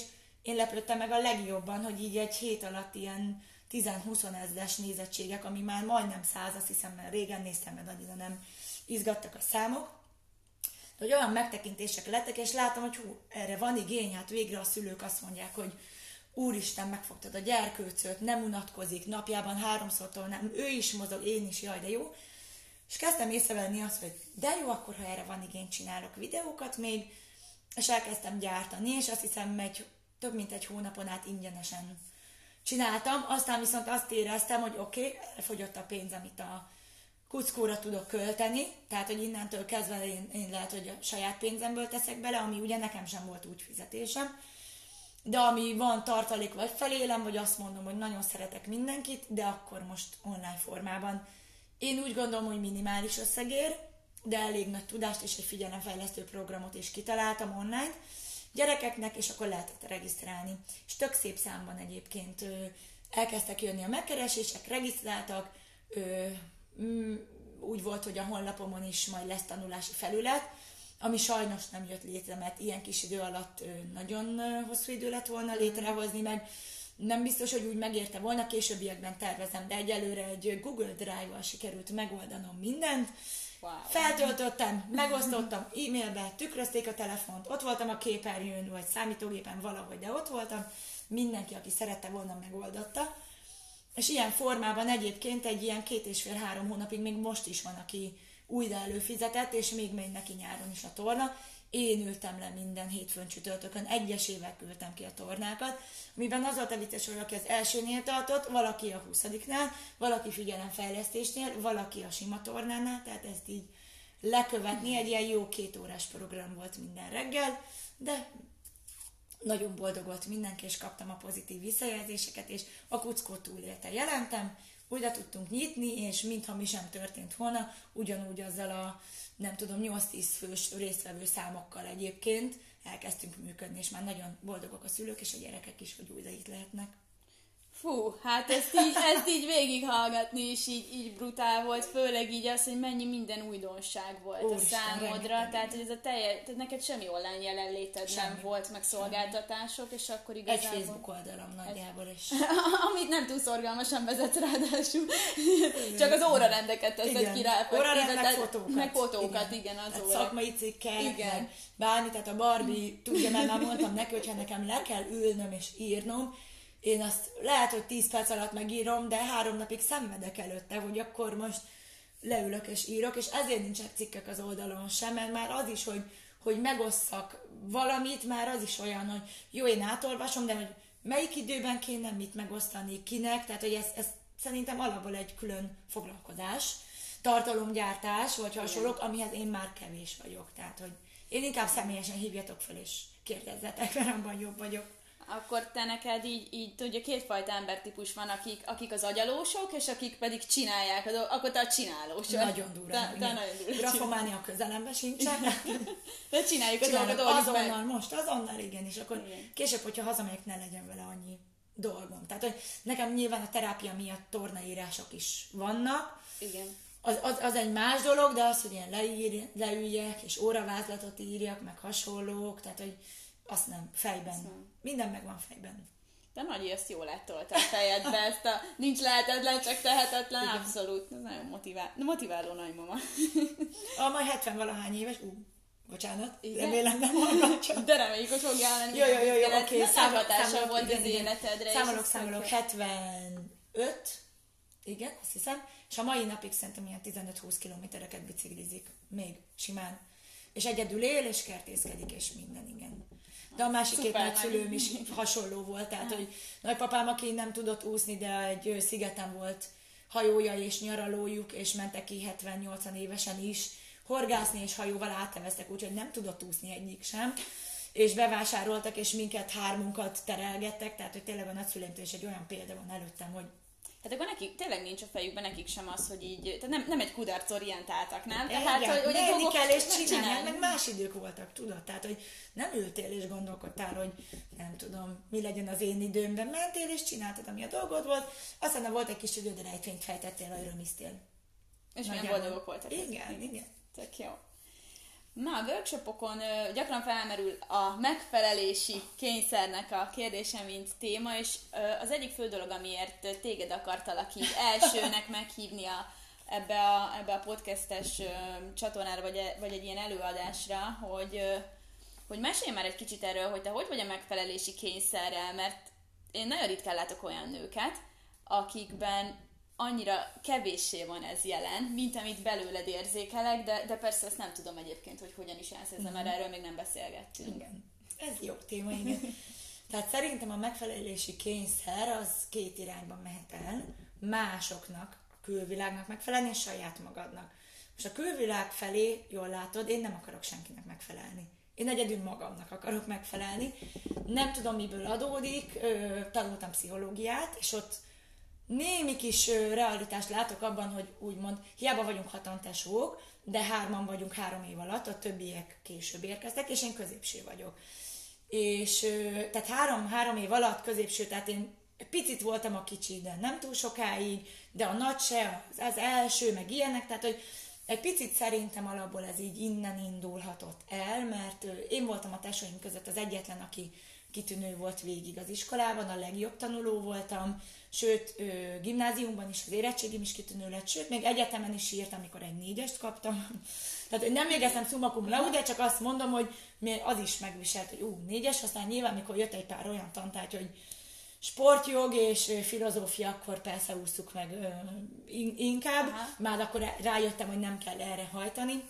én lepődtem meg a legjobban, hogy így egy hét alatt ilyen 10-20 ezres nézettségek, ami már majdnem 100, azt hiszem, mert régen néztem, mert annyira nem izgattak a számok. De hogy olyan megtekintések lettek, és látom, hogy erre van igény, hát végre a szülők azt mondják, hogy úristen, megfogtad a gyerkőcöt, nem unatkozik, napjában 3-szor, nem, ő is mozog, én is, jaj, de jó. És kezdtem észrevenni azt, hogy de jó, akkor ha erre van igény, csinálok videókat még, és elkezdtem gyártani, és azt hiszem, több mint egy hónapon át ingyenesen csináltam, aztán viszont azt éreztem, hogy oké, elfogyott a pénz, amit a kuckóra tudok költeni, tehát, hogy innentől kezdve én lehet, hogy a saját pénzemből teszek bele, ami ugye nekem sem volt úgy fizetésem, de ami van tartalék, vagy felélem, vagy azt mondom, hogy nagyon szeretek mindenkit, de akkor most online formában. Én úgy gondolom, hogy minimális összegér, de elég nagy tudást és egy figyelemfejlesztő programot is kitaláltam online gyerekeknek, és akkor lehetett regisztrálni. És tök szép számban egyébként elkezdtek jönni a megkeresések, regisztráltak, úgy volt, hogy a honlapomon is majd lesz tanulási felület, ami sajnos nem jött létre, mert ilyen kis idő alatt nagyon hosszú idő lett volna létrehozni, meg nem biztos, hogy úgy megérte volna, későbbiekben tervezem, de egyelőre egy Google Drive-val sikerült megoldanom mindent. Wow. Feltöltöttem, megosztottam e-mailbe, tükrözték a telefont, ott voltam a képernyőn, vagy számítógépen valahogy, de ott voltam. Mindenki, aki szerette volna, megoldotta. És ilyen formában egyébként egy ilyen 2,5-3 hónapig még most is van, aki újra előfizetett, és még megy neki nyáron is a torna. Én ültem le minden hétfőn csütörtökön, egyesével küldtem ki a tornákat, amiben az volt a vicces, hogy valaki az elsőnél tartott, valaki a 20-nál, valaki figyelemfejlesztésnél, valaki a sima tornánál, tehát ezt így lekövetni, egy ilyen jó 2 órás program volt minden reggel, de nagyon boldog volt mindenki, és kaptam a pozitív visszajelzéseket, és a kuckó túlélte. Jelentem, újra tudtunk nyitni, és mintha mi sem történt volna, ugyanúgy azzal a, nem tudom, 8-10 fős résztvevő számokkal egyébként elkezdtünk működni, és már nagyon boldogok a szülők és a gyerekek is, hogy újra itt lehetnek. Fú, hát ezt így végighallgatni is így brutál volt, főleg így az, hogy mennyi minden újdonság volt Úristen, a számodra, tehát hogy ez a tehát neked semmi online jelenléted nem volt, meg szolgáltatások, és akkor igazából... Egy Facebook oldalam nagyjából is. Amit nem túl szorgalmasan vezetsz ráadásul, csak az órarendeket teszed ki rá. Órarend, meg fotókat. Meg fotókat, igen, az óra. Szakmai cikkek, meg bármi, tehát a Barbie, tudja, mert már mondtam neki, hogyha nekem le kell ülnöm és írnom, én azt lehet, hogy 10 perc alatt megírom, de 3 napig szenvedek előtte, hogy akkor most leülök és írok, és ezért nincsenek cikkek az oldalon sem, mert már az is, hogy megosszak valamit, már az is olyan, hogy jó, én átolvasom, de hogy melyik időben kéne mit megosztani, kinek, tehát hogy ez szerintem alapból egy külön foglalkozás, tartalomgyártás, vagy hasonlók, amihez én már kevés vagyok, tehát hogy én inkább személyesen hívjatok fel és kérdezzetek, mert abban jobb vagyok. Akkor te neked így tudja, 2 fajta embertípus van, akik az agyalósok, és akik pedig csinálják, akkor te a csinálós. Nagyon durva. Grafománia közelemben sincsen. De csináljuk a dolgot azonnal, igen, és akkor igen. Később, hogyha hazamegyek, ne legyen vele annyi dolgom. Tehát, hogy nekem nyilván a terápia miatt tornaírások is vannak. Igen. Az egy más dolog, de az, hogy ilyen leüljek, és óravázlatot írjak, meg hasonlók, tehát, hogy azt nem, fejben. Szóval. Minden megvan fejben. De Nagyi, ezt jól áttolta a fejedbe, ezt a nincs lehetetlen, csak tehetetlen, igen. Abszolút. Ez nagyon motiváló nagymama. Majd 70-valahány éves, bocsánat, remélem nem hallgatja. De reméljük, hogy fogja állni. Jó, oké. Számolok, volt az életedre. Számolok, 75, igen, azt hiszem, és a mai napig szerintem ilyen 15-20 kilométereket biciklizik, még simán. És egyedül él, és kertészkedik, és minden, igen. De a másik 2 nagyszülőm is hasonló volt, tehát, hogy nagypapám, aki nem tudott úszni, de egy szigeten volt hajója és nyaralójuk, és mentek ki 70-80 évesen is horgászni, és hajóval átteveztek, úgyhogy nem tudott úszni egyik sem, és bevásároltak, és minket 3-unkat terelgettek, tehát, hogy tényleg a nagyszüleimtől is egy olyan példa van előttem, hogy hát akkor nekik tényleg nincs a fejükben nekik sem az, hogy így, tehát nem egy kudarc orientáltak, nem? Tehát, hogy menni kell és csinálni, meg más idők voltak, tudod? Tehát, hogy nem ültél és gondolkodtál, hogy nem tudom, mi legyen az én időmben. Mentél és csináltad, ami a dolgod volt, aztán volt egy kis idő, de rejtvényt fejtettél, vagy römisztél. És milyen boldogok voltak. Igen. Tök jó. Na, a workshopokon gyakran felmerül a megfelelési kényszernek a kérdése, mint téma, és az egyik fő dolog, amiért téged akartalak így elsőnek meghívni ebbe a podcastes csatornára, vagy egy ilyen előadásra, hogy mesélj már egy kicsit erről, hogy te hogy vagy a megfelelési kényszerrel, mert én nagyon ritkán látok olyan nőket, akikben annyira kevéssé van ez jelen, mint amit belőled érzékelek, de persze ezt nem tudom egyébként, hogy hogyan is állsz ezzel, mert erről még nem beszélgettünk. Igen, ez jó téma, igen. Tehát szerintem a megfelelési kényszer az két irányban mehet el. Másoknak, a külvilágnak megfelelni, és saját magadnak. Most a külvilág felé, jól látod, én nem akarok senkinek megfelelni. Én egyedül magamnak akarok megfelelni. Nem tudom, miből adódik, tanultam pszichológiát, és ott némi kis realitást látok abban, hogy úgymond hiába vagyunk 6 tesók, de 3 vagyunk 3 év alatt, a többiek később érkeztek, és én középső vagyok. És tehát 3 év alatt középső, tehát én picit voltam a kicsi, de nem túl sokáig, de a nagy se, az első, meg ilyenek, tehát hogy egy picit szerintem alapból ez így innen indulhatott el, mert én voltam a tesóim között az egyetlen, aki kitűnő volt végig az iskolában, a legjobb tanuló voltam, sőt, gimnáziumban is az érettségim is kitűnő lett, sőt, még egyetemen is írtam, amikor egy 4-est kaptam. Tehát nem végeztem summa cum laude, csak azt mondom, hogy az is megviselt, hogy 4-es, aztán nyilván, mikor jött egy pár olyan tantárgy, hogy sportjog és filozófia, akkor persze ússzuk meg inkább, már akkor rájöttem, hogy nem kell erre hajtani.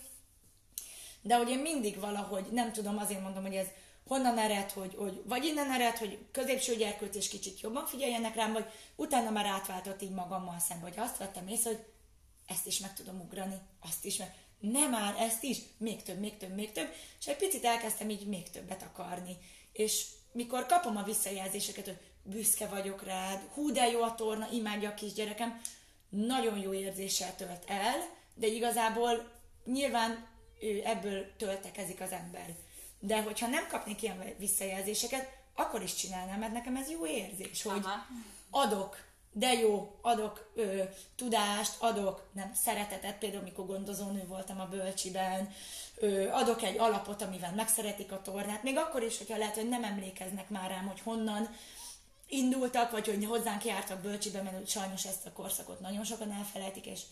De hogy én mindig valahogy, nem tudom, azért mondom, hogy ez honnan ered, hogy vagy innen ered, hogy középső gyerkőc és kicsit jobban figyeljenek rám, vagy utána már átváltott így magammal szemben, hogy azt vettem észre, hogy ezt is meg tudom ugrani, azt is meg, nem már ezt is, még több, és egy picit elkezdtem így még többet akarni. És mikor kapom a visszajelzéseket, hogy büszke vagyok rád, hú de jó a torna, imádja a kisgyerekem, nagyon jó érzéssel tölt el, de igazából nyilván ebből töltekezik az ember. De hogyha nem kapnék ilyen visszajelzéseket, akkor is csinálnám, mert nekem ez jó érzés, hogy adok, de jó, adok tudást, adok szeretetet, például mikor gondozónő voltam a bölcsiben, adok egy alapot, amivel megszeretik a tornát, még akkor is, hogyha lehet, hogy nem emlékeznek már rám, hogy honnan indultak, vagy hogy hozzánk jártak bölcsibe, mert sajnos ezt a korszakot nagyon sokan elfelejtik, és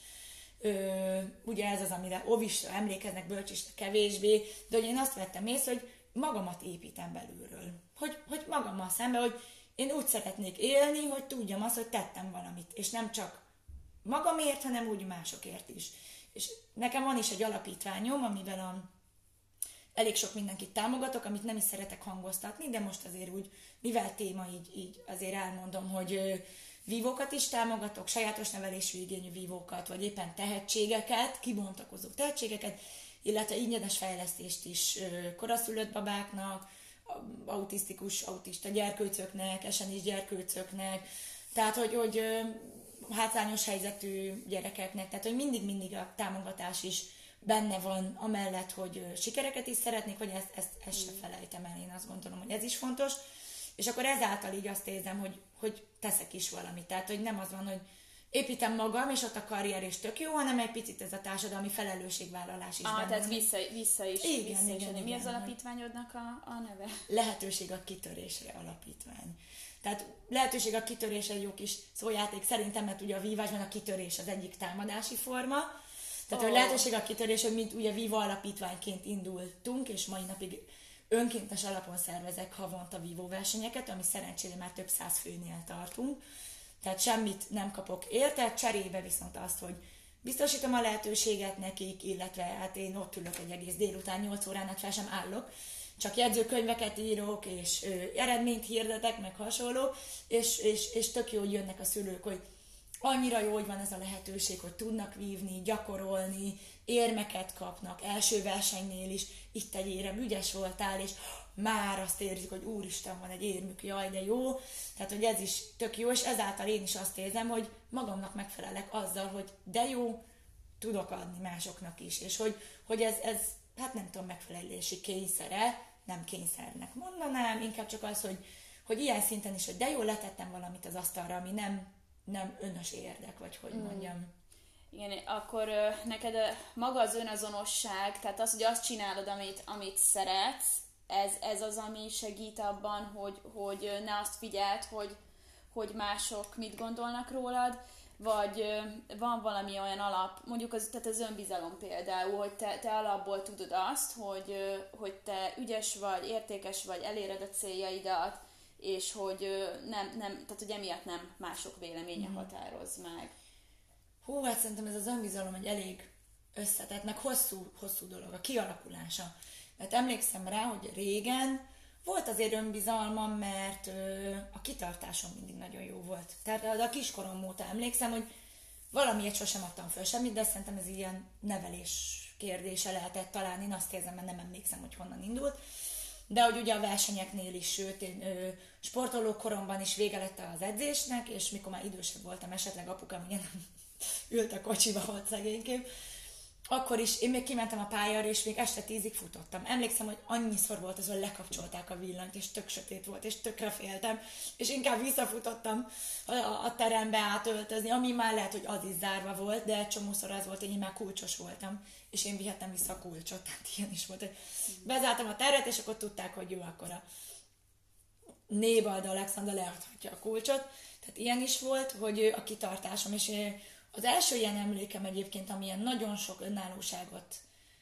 ugye ez az, amire óvisra emlékeznek, bölcsisre kevésbé, de hogy én azt vettem észre, hogy magamat építem belülről. Hogy magammal szemben, hogy én úgy szeretnék élni, hogy tudjam azt, hogy tettem valamit, és nem csak magamért, hanem úgy másokért is. És nekem van is egy alapítványom, amivel elég sok mindenkit támogatok, amit nem is szeretek hangoztatni, de most azért úgy, mivel téma így azért elmondom, hogy vívókat is támogatok, sajátos nevelésű igényű vívókat, vagy éppen tehetségeket, kibontakozó tehetségeket, illetve ingyenes fejlesztést is koraszülött babáknak, autista gyerkőcöknek, SNIS gyerkőcöknek, tehát hogy hátrányos helyzetű gyerekeknek, tehát hogy mindig a támogatás is benne van, amellett, hogy sikereket is szeretnék, hogy ezt se felejtem el, én azt gondolom, hogy ez is fontos, és akkor ezáltal így azt érzem, hogy teszek is valamit, tehát hogy nem az van, hogy építem magam, és ott a karrier is tök jó, hanem egy picit ez a társadalmi felelősségvállalás is benne. Tehát vissza is. Igen, Mi az alapítványodnak a neve? Lehetőség a kitörésre alapítvány. Tehát lehetőség a kitörésre egy jó kis szójáték szerintem, mert ugye a vívásban a kitörés az egyik támadási forma. Tehát a lehetőség a kitörés, hogy mint ugye Viva alapítványként indultunk, és mai napig önkéntes alapon szervezek havonta vívóversenyeket, ami szerencsére már több 100 főnél tartunk. Tehát semmit nem kapok érte, cserébe viszont azt, hogy biztosítom a lehetőséget nekik, illetve hát én ott ülök egy egész délután 8 órán át fel sem állok, csak jegyzőkönyveket írok, és eredményt hirdetek, meg hasonló, és tök jó, hogy jönnek a szülők, hogy annyira jó, hogy van ez a lehetőség, hogy tudnak vívni, gyakorolni, érmeket kapnak, első versenynél is, itt egy érem, ügyes voltál, és már azt érzik, hogy úristen, van egy érmük, jaj, de jó. Tehát, hogy ez is tök jó, és ezáltal én is azt érzem, hogy magamnak megfelelek azzal, hogy de jó, tudok adni másoknak is, és hogy ez hát nem tudom, megfelelési kényszere, nem kényszernek mondanám, inkább csak az, hogy ilyen szinten is, hogy de jó, letettem valamit az asztalra, ami nem önös érdek, vagy hogy mondjam. Igen, akkor neked maga az önazonosság, tehát az, hogy azt csinálod, amit szeretsz, ez az, ami segít abban, hogy ne azt figyeld, hogy mások mit gondolnak rólad, vagy van valami olyan alap, mondjuk tehát az önbizalom például, hogy te alapból tudod azt, hogy te ügyes vagy, értékes vagy, eléred a céljaidat, és hogy tehát hogy emiatt nem mások véleménye határoz meg. Hú, hát szerintem ez az önbizalom egy elég összetett, meg hosszú dolog, a kialakulása. Mert emlékszem rá, hogy régen volt azért önbizalmam, mert a kitartásom mindig nagyon jó volt. Tehát a kiskorom óta emlékszem, hogy valamiért sosem adtam föl semmit, de szerintem ez ilyen nevelés kérdése lehetett talán. Én azt érzem, mert nem emlékszem, hogy honnan indult. De hogy ugye a versenyeknél is, sőt, én sportoló koromban is vége lett az edzésnek, és mikor már idősebb voltam, esetleg apukám igen ült a kocsiba, volt szegénykép, akkor is én még kimentem a pályára, és még este 10-ig futottam. Emlékszem, hogy annyiszor volt az, hogy lekapcsolták a villanyt, és tök sötét volt, és tökre féltem, és inkább visszafutottam a terembe átöltözni, ami már lehet, hogy az is zárva volt, de csomószor az volt, hogy én már kulcsos voltam, és én vihettem vissza a kulcsot, tehát ilyen is volt, hogy bezártam a teret, és akkor tudták, hogy jó, akkor a Nébalda Alexandra leadhatja a kulcsot, tehát ilyen is volt, hogy a kitartásom, és az első ilyen emlékem egyébként, ami ilyen nagyon sok önállóságot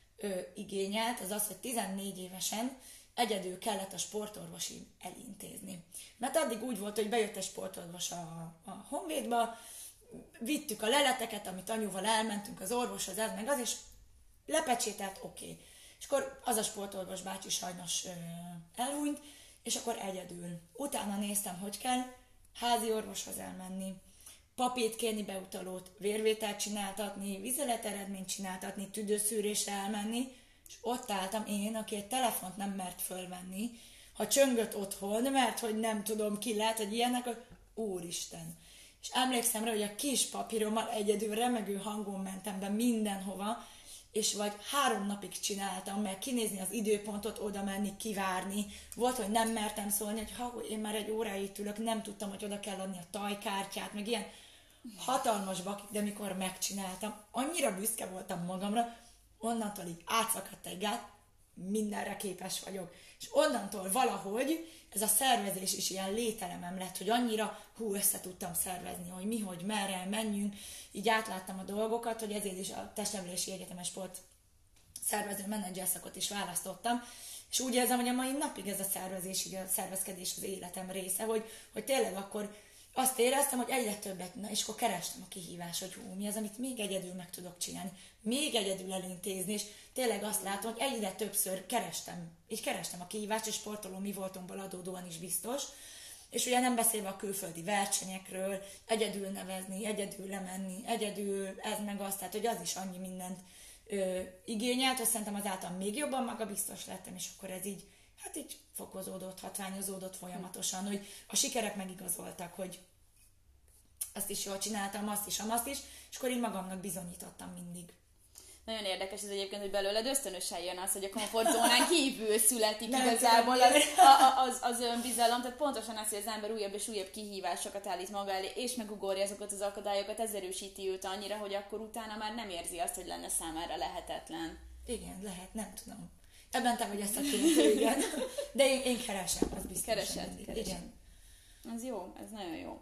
igényelt, az az, hogy 14 évesen egyedül kellett a sportorvosi elintézni. Mert addig úgy volt, hogy bejött egy sportorvos a Honvédba, vittük a leleteket, amit anyuval elmentünk az orvoshoz, ez meg az, és lepecsételt, oké. És akkor az a sportorvos bácsi sajnos elhunyt, és akkor egyedül. Utána néztem, hogy kell házi orvoshoz elmenni, papírt kérni, beutalót, vérvételt csináltatni, vizeleteredményt csináltatni, tüdőszűrésre elmenni, és ott álltam én, aki egy telefont nem mert fölvenni, ha csöngött otthon, mert hogy nem tudom ki lehet, hogy ilyenek, hogy úristen. És emlékszem rá, hogy a kis papírommal egyedül remegő hangon mentem be mindenhova, és vagy 3 napig csináltam, mert kinézni az időpontot, oda menni, kivárni. Volt, hogy nem mertem szólni, hogy én már egy óráig ülök, nem tudtam, hogy oda kell adni a tajkártyát, meg ilyen hatalmas bakik, de mikor megcsináltam, annyira büszke voltam magamra, onnantól így átszakadt egy gát, mindenre képes vagyok. És onnantól valahogy ez a szervezés is ilyen lételemem lett, hogy annyira össze tudtam szervezni, hogy mi, hogy merre menjünk, így átláttam a dolgokat, hogy ezért is a Testnevelési Egyetemes Sport szervező menedzser szakot is választottam, és úgy érzem, hogy a mai napig ez a szervezés, így a szervezkedés az életem része, hogy tényleg akkor azt éreztem, hogy egyre többet, és akkor kerestem a kihívás, hogy mi az, amit még egyedül meg tudok csinálni, még egyedül elintézni, és tényleg azt látom, hogy egyre többször kerestem a kihívást, és sportoló mi voltunkból adódóan is biztos, és ugye nem beszélve a külföldi versenyekről, egyedül nevezni, egyedül lemenni, egyedül ez meg azt, tehát hogy az is annyi mindent igényelt, hogy szerintem azáltal még jobban magabiztos lettem, és akkor ez így fokozódott, hatványozódott folyamatosan, hogy a sikerek megigazoltak, hogy azt is jól csináltam, azt is, amazt is, és akkor én magamnak bizonyítottam mindig. Nagyon érdekes ez egyébként, hogy belőled ösztönösen jön az, hogy a komfortzónán kívül születik igazából az önbizalom, tehát pontosan az, hogy az ember újabb és újabb kihívásokat állít maga elé, és megugorja azokat az akadályokat, ez erősíti őt annyira, hogy akkor utána már nem érzi azt, hogy lenne számára lehetetlen. Igen, lehet, nem tudom. Ebben te vagy ezt a két, igen. De én keresem, az biztos. Keresed. Igen. Ez jó, ez nagyon jó.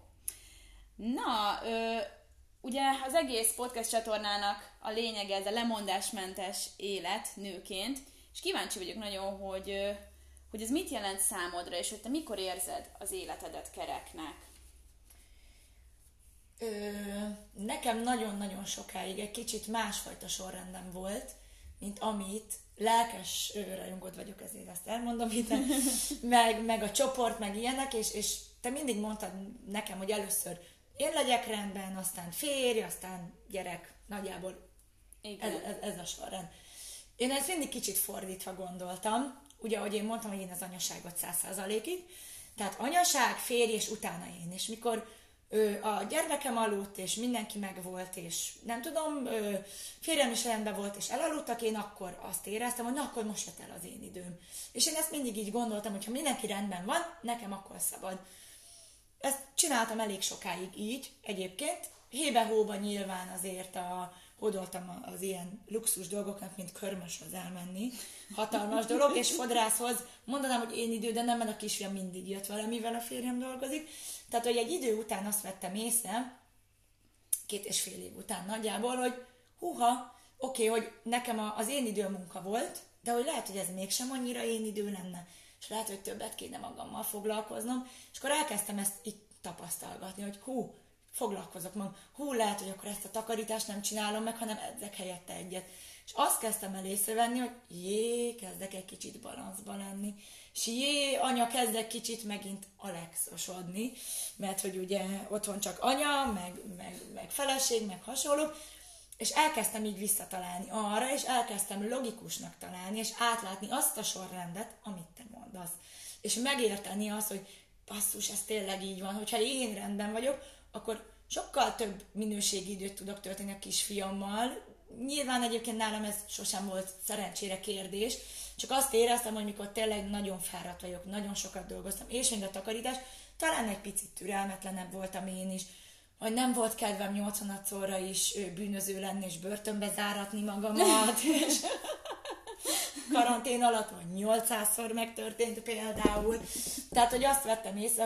Na, ugye az egész podcast csatornának a lényege ez a lemondásmentes élet nőként, és kíváncsi vagyok nagyon, hogy ez mit jelent számodra, és hogy te mikor érzed az életedet kereknek? Nekem nagyon-nagyon sokáig egy kicsit másfajta sorrendem volt, mint amit lelkes rajongód vagyok, ezért ezt elmondom itt, meg a csoport, meg ilyenek, és te mindig mondtad nekem, hogy először én legyek rendben, aztán férj, aztán gyerek, nagyjából ez a sorrend. Én ezt mindig kicsit fordítva gondoltam, ugye, ahogy én mondtam, hogy én az anyaságot 100%-ig, tehát anyaság, férj, és utána én, és mikor a gyermekem aludt, és mindenki megvolt, és nem tudom, férjem is rendben volt, és elaludtak, én akkor azt éreztem, hogy na, akkor most jött el az én időm. És én ezt mindig így gondoltam, hogy ha mindenki rendben van, nekem akkor szabad. Ezt csináltam elég sokáig így egyébként, hébe-hóba nyilván azért hódoltam az ilyen luxus dolgoknak, mint körmöshöz elmenni. Hatalmas dolog, és fodrászhoz mondanám, hogy én idő, de nem, mert a kisfiam mindig jött vele, mivel a férjem dolgozik. Tehát, hogy egy idő után azt vettem észre, 2,5 év után nagyjából, hogy oké, hogy nekem az én idő munka volt, de hogy lehet, hogy ez mégsem annyira én idő lenne, és lehet, hogy többet kéne magammal foglalkoznom, és akkor elkezdtem ezt itt tapasztalgatni, hogy foglalkozok magam, lehet, hogy akkor ezt a takarítást nem csinálom meg, hanem edzek helyette egyet. És azt kezdtem el észrevenni, hogy kezdek egy kicsit balanszba lenni, és anya, kezdek kicsit megint alexosodni, mert hogy ugye otthon csak anya, meg feleség, meg hasonló, és elkezdtem így visszatalálni arra, és elkezdtem logikusnak találni, és átlátni azt a sorrendet, amit te mondasz. És megérteni azt, hogy basszus, ez tényleg így van, hogyha én rendben vagyok, akkor sokkal több minőségi időt tudok tölteni a kisfiammal. Nyilván egyébként nálam ez sosem volt szerencsére kérdés, csak azt éreztem, hogy mikor tényleg nagyon fáradt vagyok, nagyon sokat dolgoztam, és még a takarítás, talán egy picit türelmetlenebb voltam én is, hogy nem volt kedvem 86-szorra is bűnöző lenni, és börtönbe záratni magamat, és karantén alatt vagy 800-szor megtörtént például. Tehát, hogy azt vettem észre,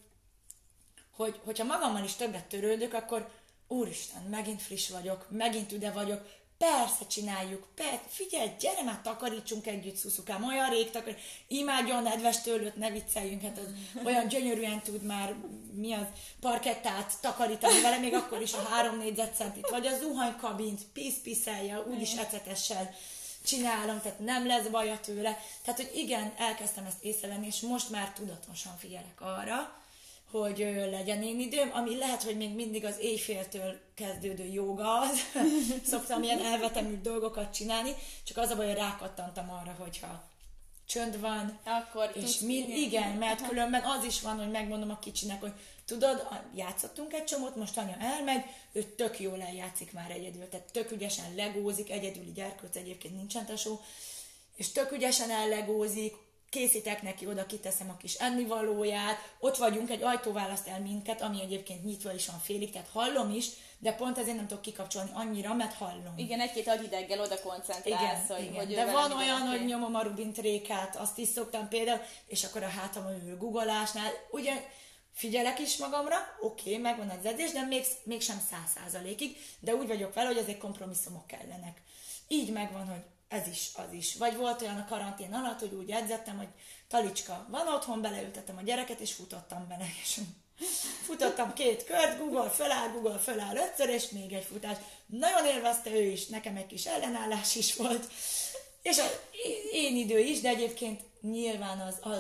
hogyha magammal is többet törődök, akkor úristen, megint friss vagyok, megint üde vagyok, persze csináljuk, figyelj, gyere már, takarítsunk együtt, szuszukám, olyan rég imádja a nedves tőlőt, ne vicceljünk, hát az olyan gyönyörűen tud már parkettát takarítani vele, még akkor is a 3 négyzetcentit, vagy a zuhanykabint, piszpiszelje, úgyis ecetessel csinálom, tehát nem lesz baja tőle. Tehát, hogy igen, elkezdtem ezt észrevenni, és most már tudatosan figyelek arra, hogy legyen én időm, ami lehet, hogy még mindig az éjféltől kezdődő jóga az. Szoktam ilyen elvetemült dolgokat csinálni, csak az a baj, hogy rákattantam arra, hogyha csönd van, akkor és igen, mert különben az is van, hogy megmondom a kicsinek, hogy tudod, játszottunk egy csomót, most anya elmegy, ő tök jól eljátszik már egyedül, tehát tök ügyesen legózik, egyedüli gyerkőc, egyébként nincsen tesó, és tök ügyesen ellegózik, készítek neki, oda kiteszem a kis ennivalóját, ott vagyunk, egy ajtó választ el minket, ami egyébként nyitva is van félig, tehát hallom is, de pont ezért nem tudok kikapcsolni annyira, mert hallom. Igen, egy-két agyideggel oda koncentrálsz, igen. hogy de van olyan, hogy nyomom a Rubin trékát, azt is szoktam például, és akkor a hátamon ülő googolásnál, ugye figyelek is magamra, oké, megvan az edzés, de mégsem 100%-ig, de úgy vagyok vele, hogy azért kompromisszumok kellenek. Így megvan, hogy ez is, az is. Vagy volt olyan a karantén alatt, hogy úgy edzettem, hogy Talicska van otthon, beleültettem a gyereket, és futottam bele, és futottam 2 kört, Google föláll 5-ször, és még egy futás. Nagyon élvezte ő is, nekem egy kis ellenállás is volt, és én idő is, de egyébként nyilván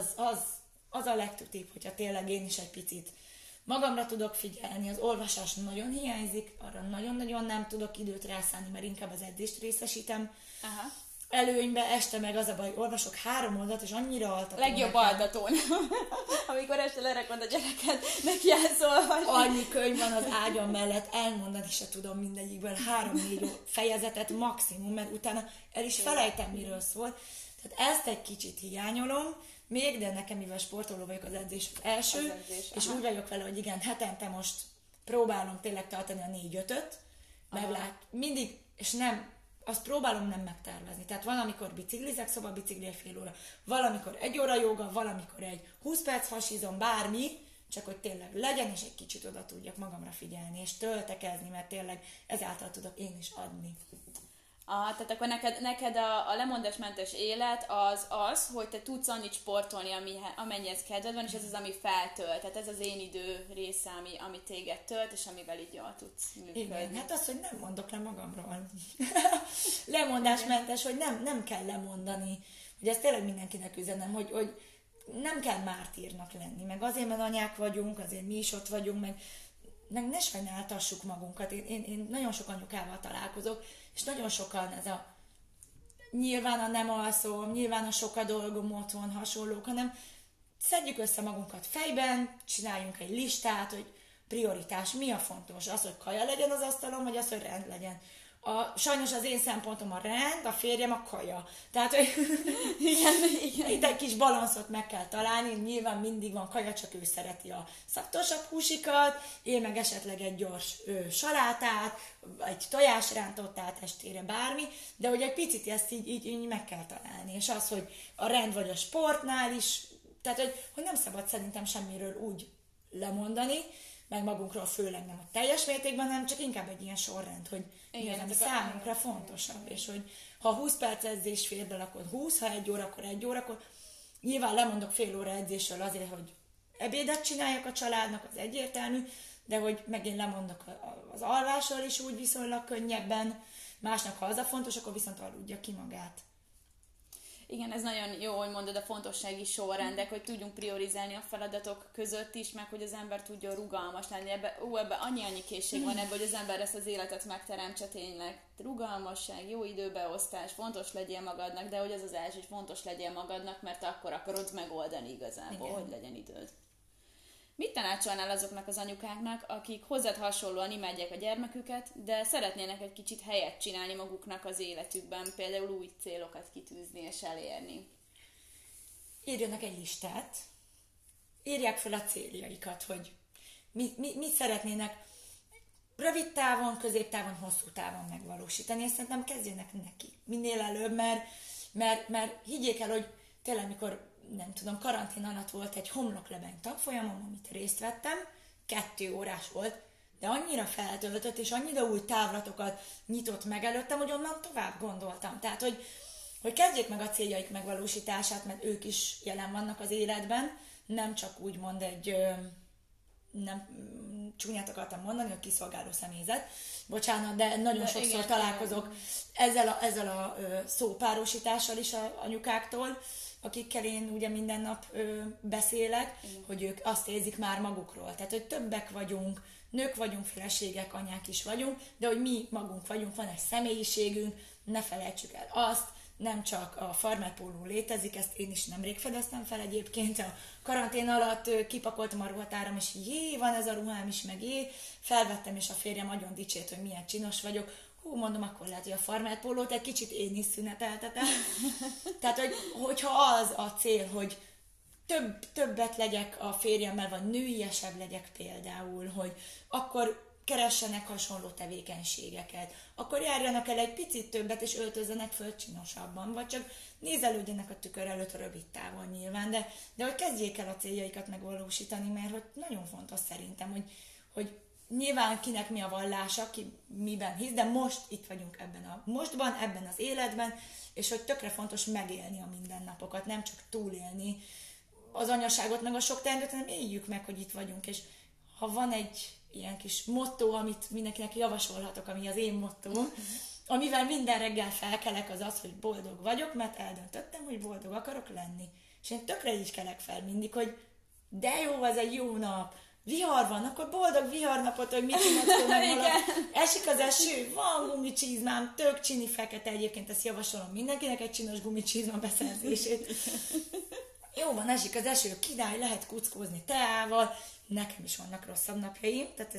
az a legtutibb, hogyha tényleg én is egy picit magamra tudok figyelni, az olvasás nagyon hiányzik, arra nagyon-nagyon nem tudok időt rászánni, mert inkább az edzést részesítem. Aha. Előnybe, este meg az a baj, olvasok 3 oldalt, és annyira altató. Legjobb altatón. Amikor este lerakod a gyereket, neki állsz olvasni. Annyi könyv van az ágyam mellett, elmondani se tudom mindegyikből 3-4 fejezetet maximum, mert utána el is felejtem, miről szól. Tehát ezt egy kicsit hiányolom, még, de nekem, mivel sportoló vagyok, az edzés az első, és úgy vagyok vele, hogy igen, hetente most próbálom tényleg tartani a 4-5-öt, mindig, és nem, azt próbálom nem megtervezni. Tehát valamikor biciklizek, szóval bicikli egy fél óra, valamikor 1 óra jóga, valamikor egy 20 perc hasizom, bármi, csak hogy tényleg legyen, és egy kicsit oda tudjak magamra figyelni, és töltekezni, mert tényleg ezáltal tudok én is adni. Tehát akkor neked a lemondásmentes élet az, hogy te tudsz annyit sportolni, amennyihez kedved van, és ez az, ami feltölt. Tehát ez az én idő része, ami téged tölt, és amivel így jól tudsz működni. Igen, hát az, hogy nem mondok le magamról. Lemondásmentes, hogy nem kell lemondani. Ugye ezt tényleg mindenkinek üzenem, hogy nem kell mártírnak lenni. Meg azért, mert anyák vagyunk, azért mi is ott vagyunk, meg ne sajnáltassuk magunkat. Én nagyon sok anyukával találkozok, és nagyon sokan ez nyilván a nem alszom, nyilván a sok a dolgom otthon, hasonlók, hanem szedjük össze magunkat fejben, csináljunk egy listát, hogy prioritás, mi a fontos, az, hogy kaja legyen az asztalon, vagy az, hogy rend legyen. Sajnos az én szempontom a rend, a férjem a kaja. Tehát, hogy igen. itt egy kis balanszot meg kell találni, nyilván mindig van kaja, csak ő szereti a szaftosabb húsikat, én meg esetleg egy gyors salátát, egy tojásrántottát estére, bármi, de hogy egy picit ezt így meg kell találni. És az, hogy a rend vagy a sportnál is, tehát, hogy nem szabad szerintem semmiről úgy lemondani, meg magunkról főleg nem a teljes mértékben, hanem csak inkább egy ilyen sorrend, hogy mi az, ami számunkra fontosabb, és hogy ha 20 perc edzés fér bele, akkor 20, ha 1 óra, akkor 1 óra, akkor nyilván lemondok fél óra edzésről azért, hogy ebédet csináljak a családnak, az egyértelmű, de hogy megint lemondok az alvásról is úgy viszonylag könnyebben, másnak ha az a fontos, akkor viszont aludja ki magát. Igen, ez nagyon jó, hogy mondod a fontossági sorrendek, hogy tudjunk priorizálni a feladatok között is, meg hogy az ember tudjon rugalmas lenni. Ebbe annyi készség van ebben, hogy az ember ezt az életet megteremtse tényleg. Rugalmasság, jó időbeosztás, fontos legyél magadnak, de hogy az az első, hogy fontos legyél magadnak, mert akkor akarod megoldani igazából, igen, hogy legyen időd. Mit tanácsolnál azoknak az anyukáknak, akik hozzád hasonlóan imádják a gyermeküket, de szeretnének egy kicsit helyet csinálni maguknak az életükben, például új célokat kitűzni és elérni? Írjanak egy listát, írják fel a céljaikat, hogy mit szeretnének rövid távon, középtávon, hosszú távon megvalósítani, és szerintem kezdjenek neki minél előbb, mert higgyék el, hogy tényleg mikor nem tudom, karantén alatt volt egy homloklebeny tanfolyamom, amit részt vettem, 2 órás volt, de annyira feltöltött, és annyira új távlatokat nyitott meg előttem, hogy onnan tovább gondoltam. Tehát, hogy kezdjék meg a céljaik megvalósítását, mert ők is jelen vannak az életben, nem csak úgymond egy, nem csúnyát akartam mondani, hogy kiszolgáló személyzet, bocsánat, de nagyon sokszor igen, találkozok ezzel a szópárosítással is a anyukáktól, akikkel én ugye minden nap beszélek, hogy ők azt érzik már magukról. Tehát, hogy többek vagyunk, nők vagyunk, feleségek, anyák is vagyunk, de hogy mi magunk vagyunk, van egy személyiségünk, ne felejtsük el azt, nem csak a farmerpóló létezik, ezt én is nemrég fedeztem fel egyébként, a karantén alatt kipakoltam a ruhatáram, és van ez a ruhám is, meg felvettem, és a férjem nagyon dicsért, hogy milyen csinos vagyok. Mondom, akkor lehet, hogy a farmerpólót egy kicsit én is szüneteltetem. Tehát, hogyha az a cél, hogy többet legyek a férjemmel, vagy nőiesebb legyek például, hogy akkor keressenek hasonló tevékenységeket, akkor járjanak el egy picit többet, és öltözzenek föl csinosabban, vagy csak nézelődjenek a tükör előtt rövid távon nyilván, de hogy kezdjék el a céljaikat megvalósítani, mert hogy nagyon fontos szerintem, hogy nyilván kinek mi a vallása, ki miben hisz, de most itt vagyunk ebben az életben, és hogy tökre fontos megélni a mindennapokat, nem csak túlélni az anyaságot, meg a sok teendőt, hanem éljük meg, hogy itt vagyunk, és ha van egy ilyen kis motto, amit mindenkinek javasolhatok, ami az én motto, amivel minden reggel felkelek, az az, hogy boldog vagyok, mert eldöntöttem, hogy boldog akarok lenni. És én tökre így kelek fel mindig, hogy de jó, ez egy jó nap, vihar van, akkor boldog viharnapot, hogy mit csinálsz meg esik az eső, van gumicsizmám, tök csini fekete, egyébként ezt javasolom mindenkinek, egy csinos gumicsizma beszerzését. Jó van, esik az eső, király, lehet kuckózni teával, nekem is vannak rosszabb napjaim, tehát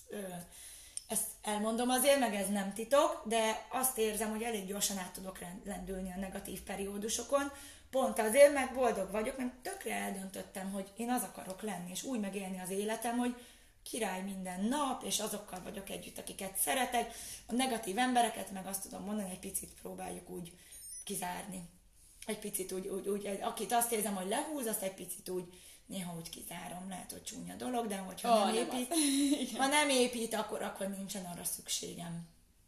ezt elmondom azért, meg ez nem titok, de azt érzem, hogy elég gyorsan át tudok lendülni a negatív periódusokon, pont azért, mert boldog vagyok, mert tökre eldöntöttem, hogy én az akarok lenni, és úgy megélni az életem, hogy király minden nap, és azokkal vagyok együtt, akiket szeretek. A negatív embereket meg azt tudom mondani, egy picit próbáljuk úgy kizárni. Egy picit úgy akit azt érzem, hogy lehúz, azt egy picit úgy néha úgy kizárom, lehet, hogy csúnya dolog, de hogyha nem épít, akkor nincsen arra szükségem.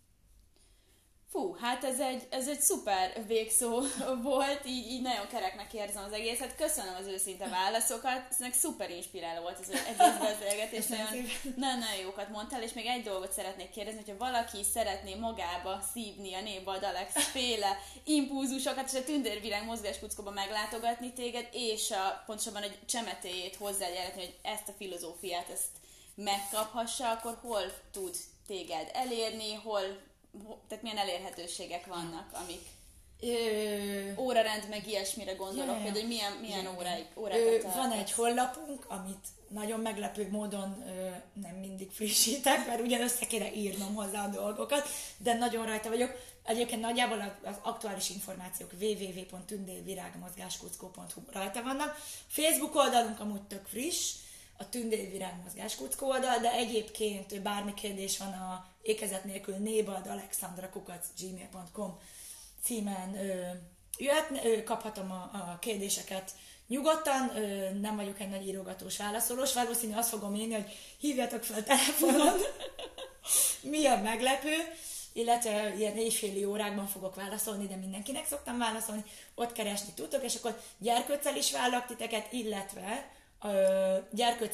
Fú, hát ez egy szuper végszó volt, így nagyon kereknek érzem az egészet. Köszönöm az őszinte válaszokat, ez szuper inspiráló volt az egész beszélgetés, nagyon jókat mondtál, és még egy dolgot szeretnék kérdezni, hogyha valaki szeretné magába szívni a Nébbald Alex féle impulzusokat, és a Tündérvirág mozgáskuckóba meglátogatni téged, és pontosabban egy csemetéjét hozzájárulni, hogy ezt a filozófiát, ezt megkaphassa, akkor hol tud téged elérni, tehát milyen elérhetőségek vannak, amik... Órarend, meg ilyesmire gondolok, hogy milyen órákat tartasz. Van egy honlapunk, amit nagyon meglepő módon nem mindig frissítek, mert ugyan össze kéne írnom hozzá a dolgokat, de nagyon rajta vagyok. Egyébként nagyjából az aktuális információk www.tündérvirágmozgáskuckó.hu rajta vannak. Facebook oldalunk amúgy tök friss, a Tündérvirág Mozgáskuckó oldal, de egyébként bármi kérdés van a ékezet nélkül nébald.alexandra@gmail.com címen kaphatom a kérdéseket nyugodtan, nem vagyok egy nagy írogatós válaszolós, valószínű azt fogom írni, hogy hívjatok fel telefonon, milyen meglepő, illetve ilyen éjféli órákban fogok válaszolni, de mindenkinek szoktam válaszolni, ott keresni tudtok, és akkor gyerkőccel is várlak titeket, illetve gyerkőc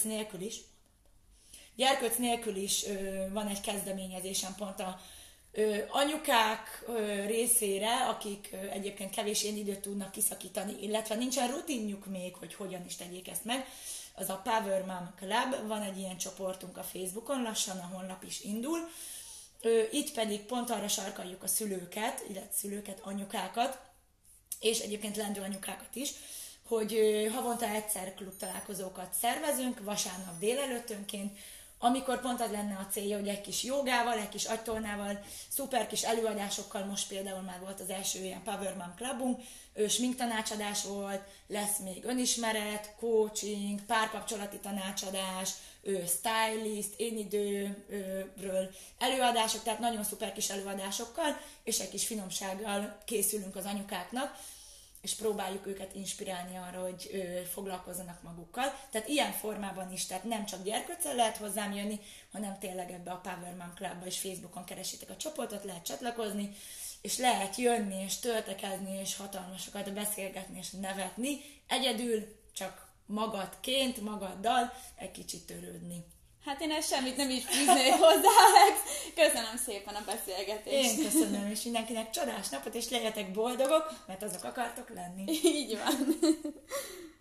nélkül is van egy kezdeményezésem pont a anyukák részére, akik egyébként kevés ilyen időt tudnak kiszakítani, illetve nincsen rutinjuk még, hogy hogyan is tegyék ezt meg. Az a Power Mom Club, van egy ilyen csoportunk a Facebookon, lassan a honlap is indul. Itt pedig pont arra sarkaljuk a szülőket, anyukákat, és egyébként lendő anyukákat is, hogy havonta egyszer klubtalálkozókat szervezünk, vasárnap délelőttönként, amikor pont az lenne a célja, hogy egy kis jogával, egy kis agytornával, szuper kis előadásokkal, most például már volt az első ilyen Power Mom Clubunk, sminktanácsadás volt, lesz még önismeret, coaching, párkapcsolati tanácsadás, stylist, én időről előadások, tehát nagyon szuper kis előadásokkal, és egy kis finomsággal készülünk az anyukáknak, és próbáljuk őket inspirálni arra, hogy foglalkozzanak magukkal. Tehát ilyen formában is, tehát nem csak gyerkőccel lehet hozzám jönni, hanem tényleg ebbe a Power Mom Clubba, és Facebookon keresitek a csoportot, lehet csatlakozni, és lehet jönni, és töltekezni, és hatalmasokat beszélgetni, és nevetni. Egyedül csak magaddal egy kicsit törődni. Hát én ezt semmit nem is fűznék hozzá, Alex. Köszönöm szépen a beszélgetést. Én köszönöm, és mindenkinek csodás napot, és legyetek boldogok, mert azok akartok lenni. Így van.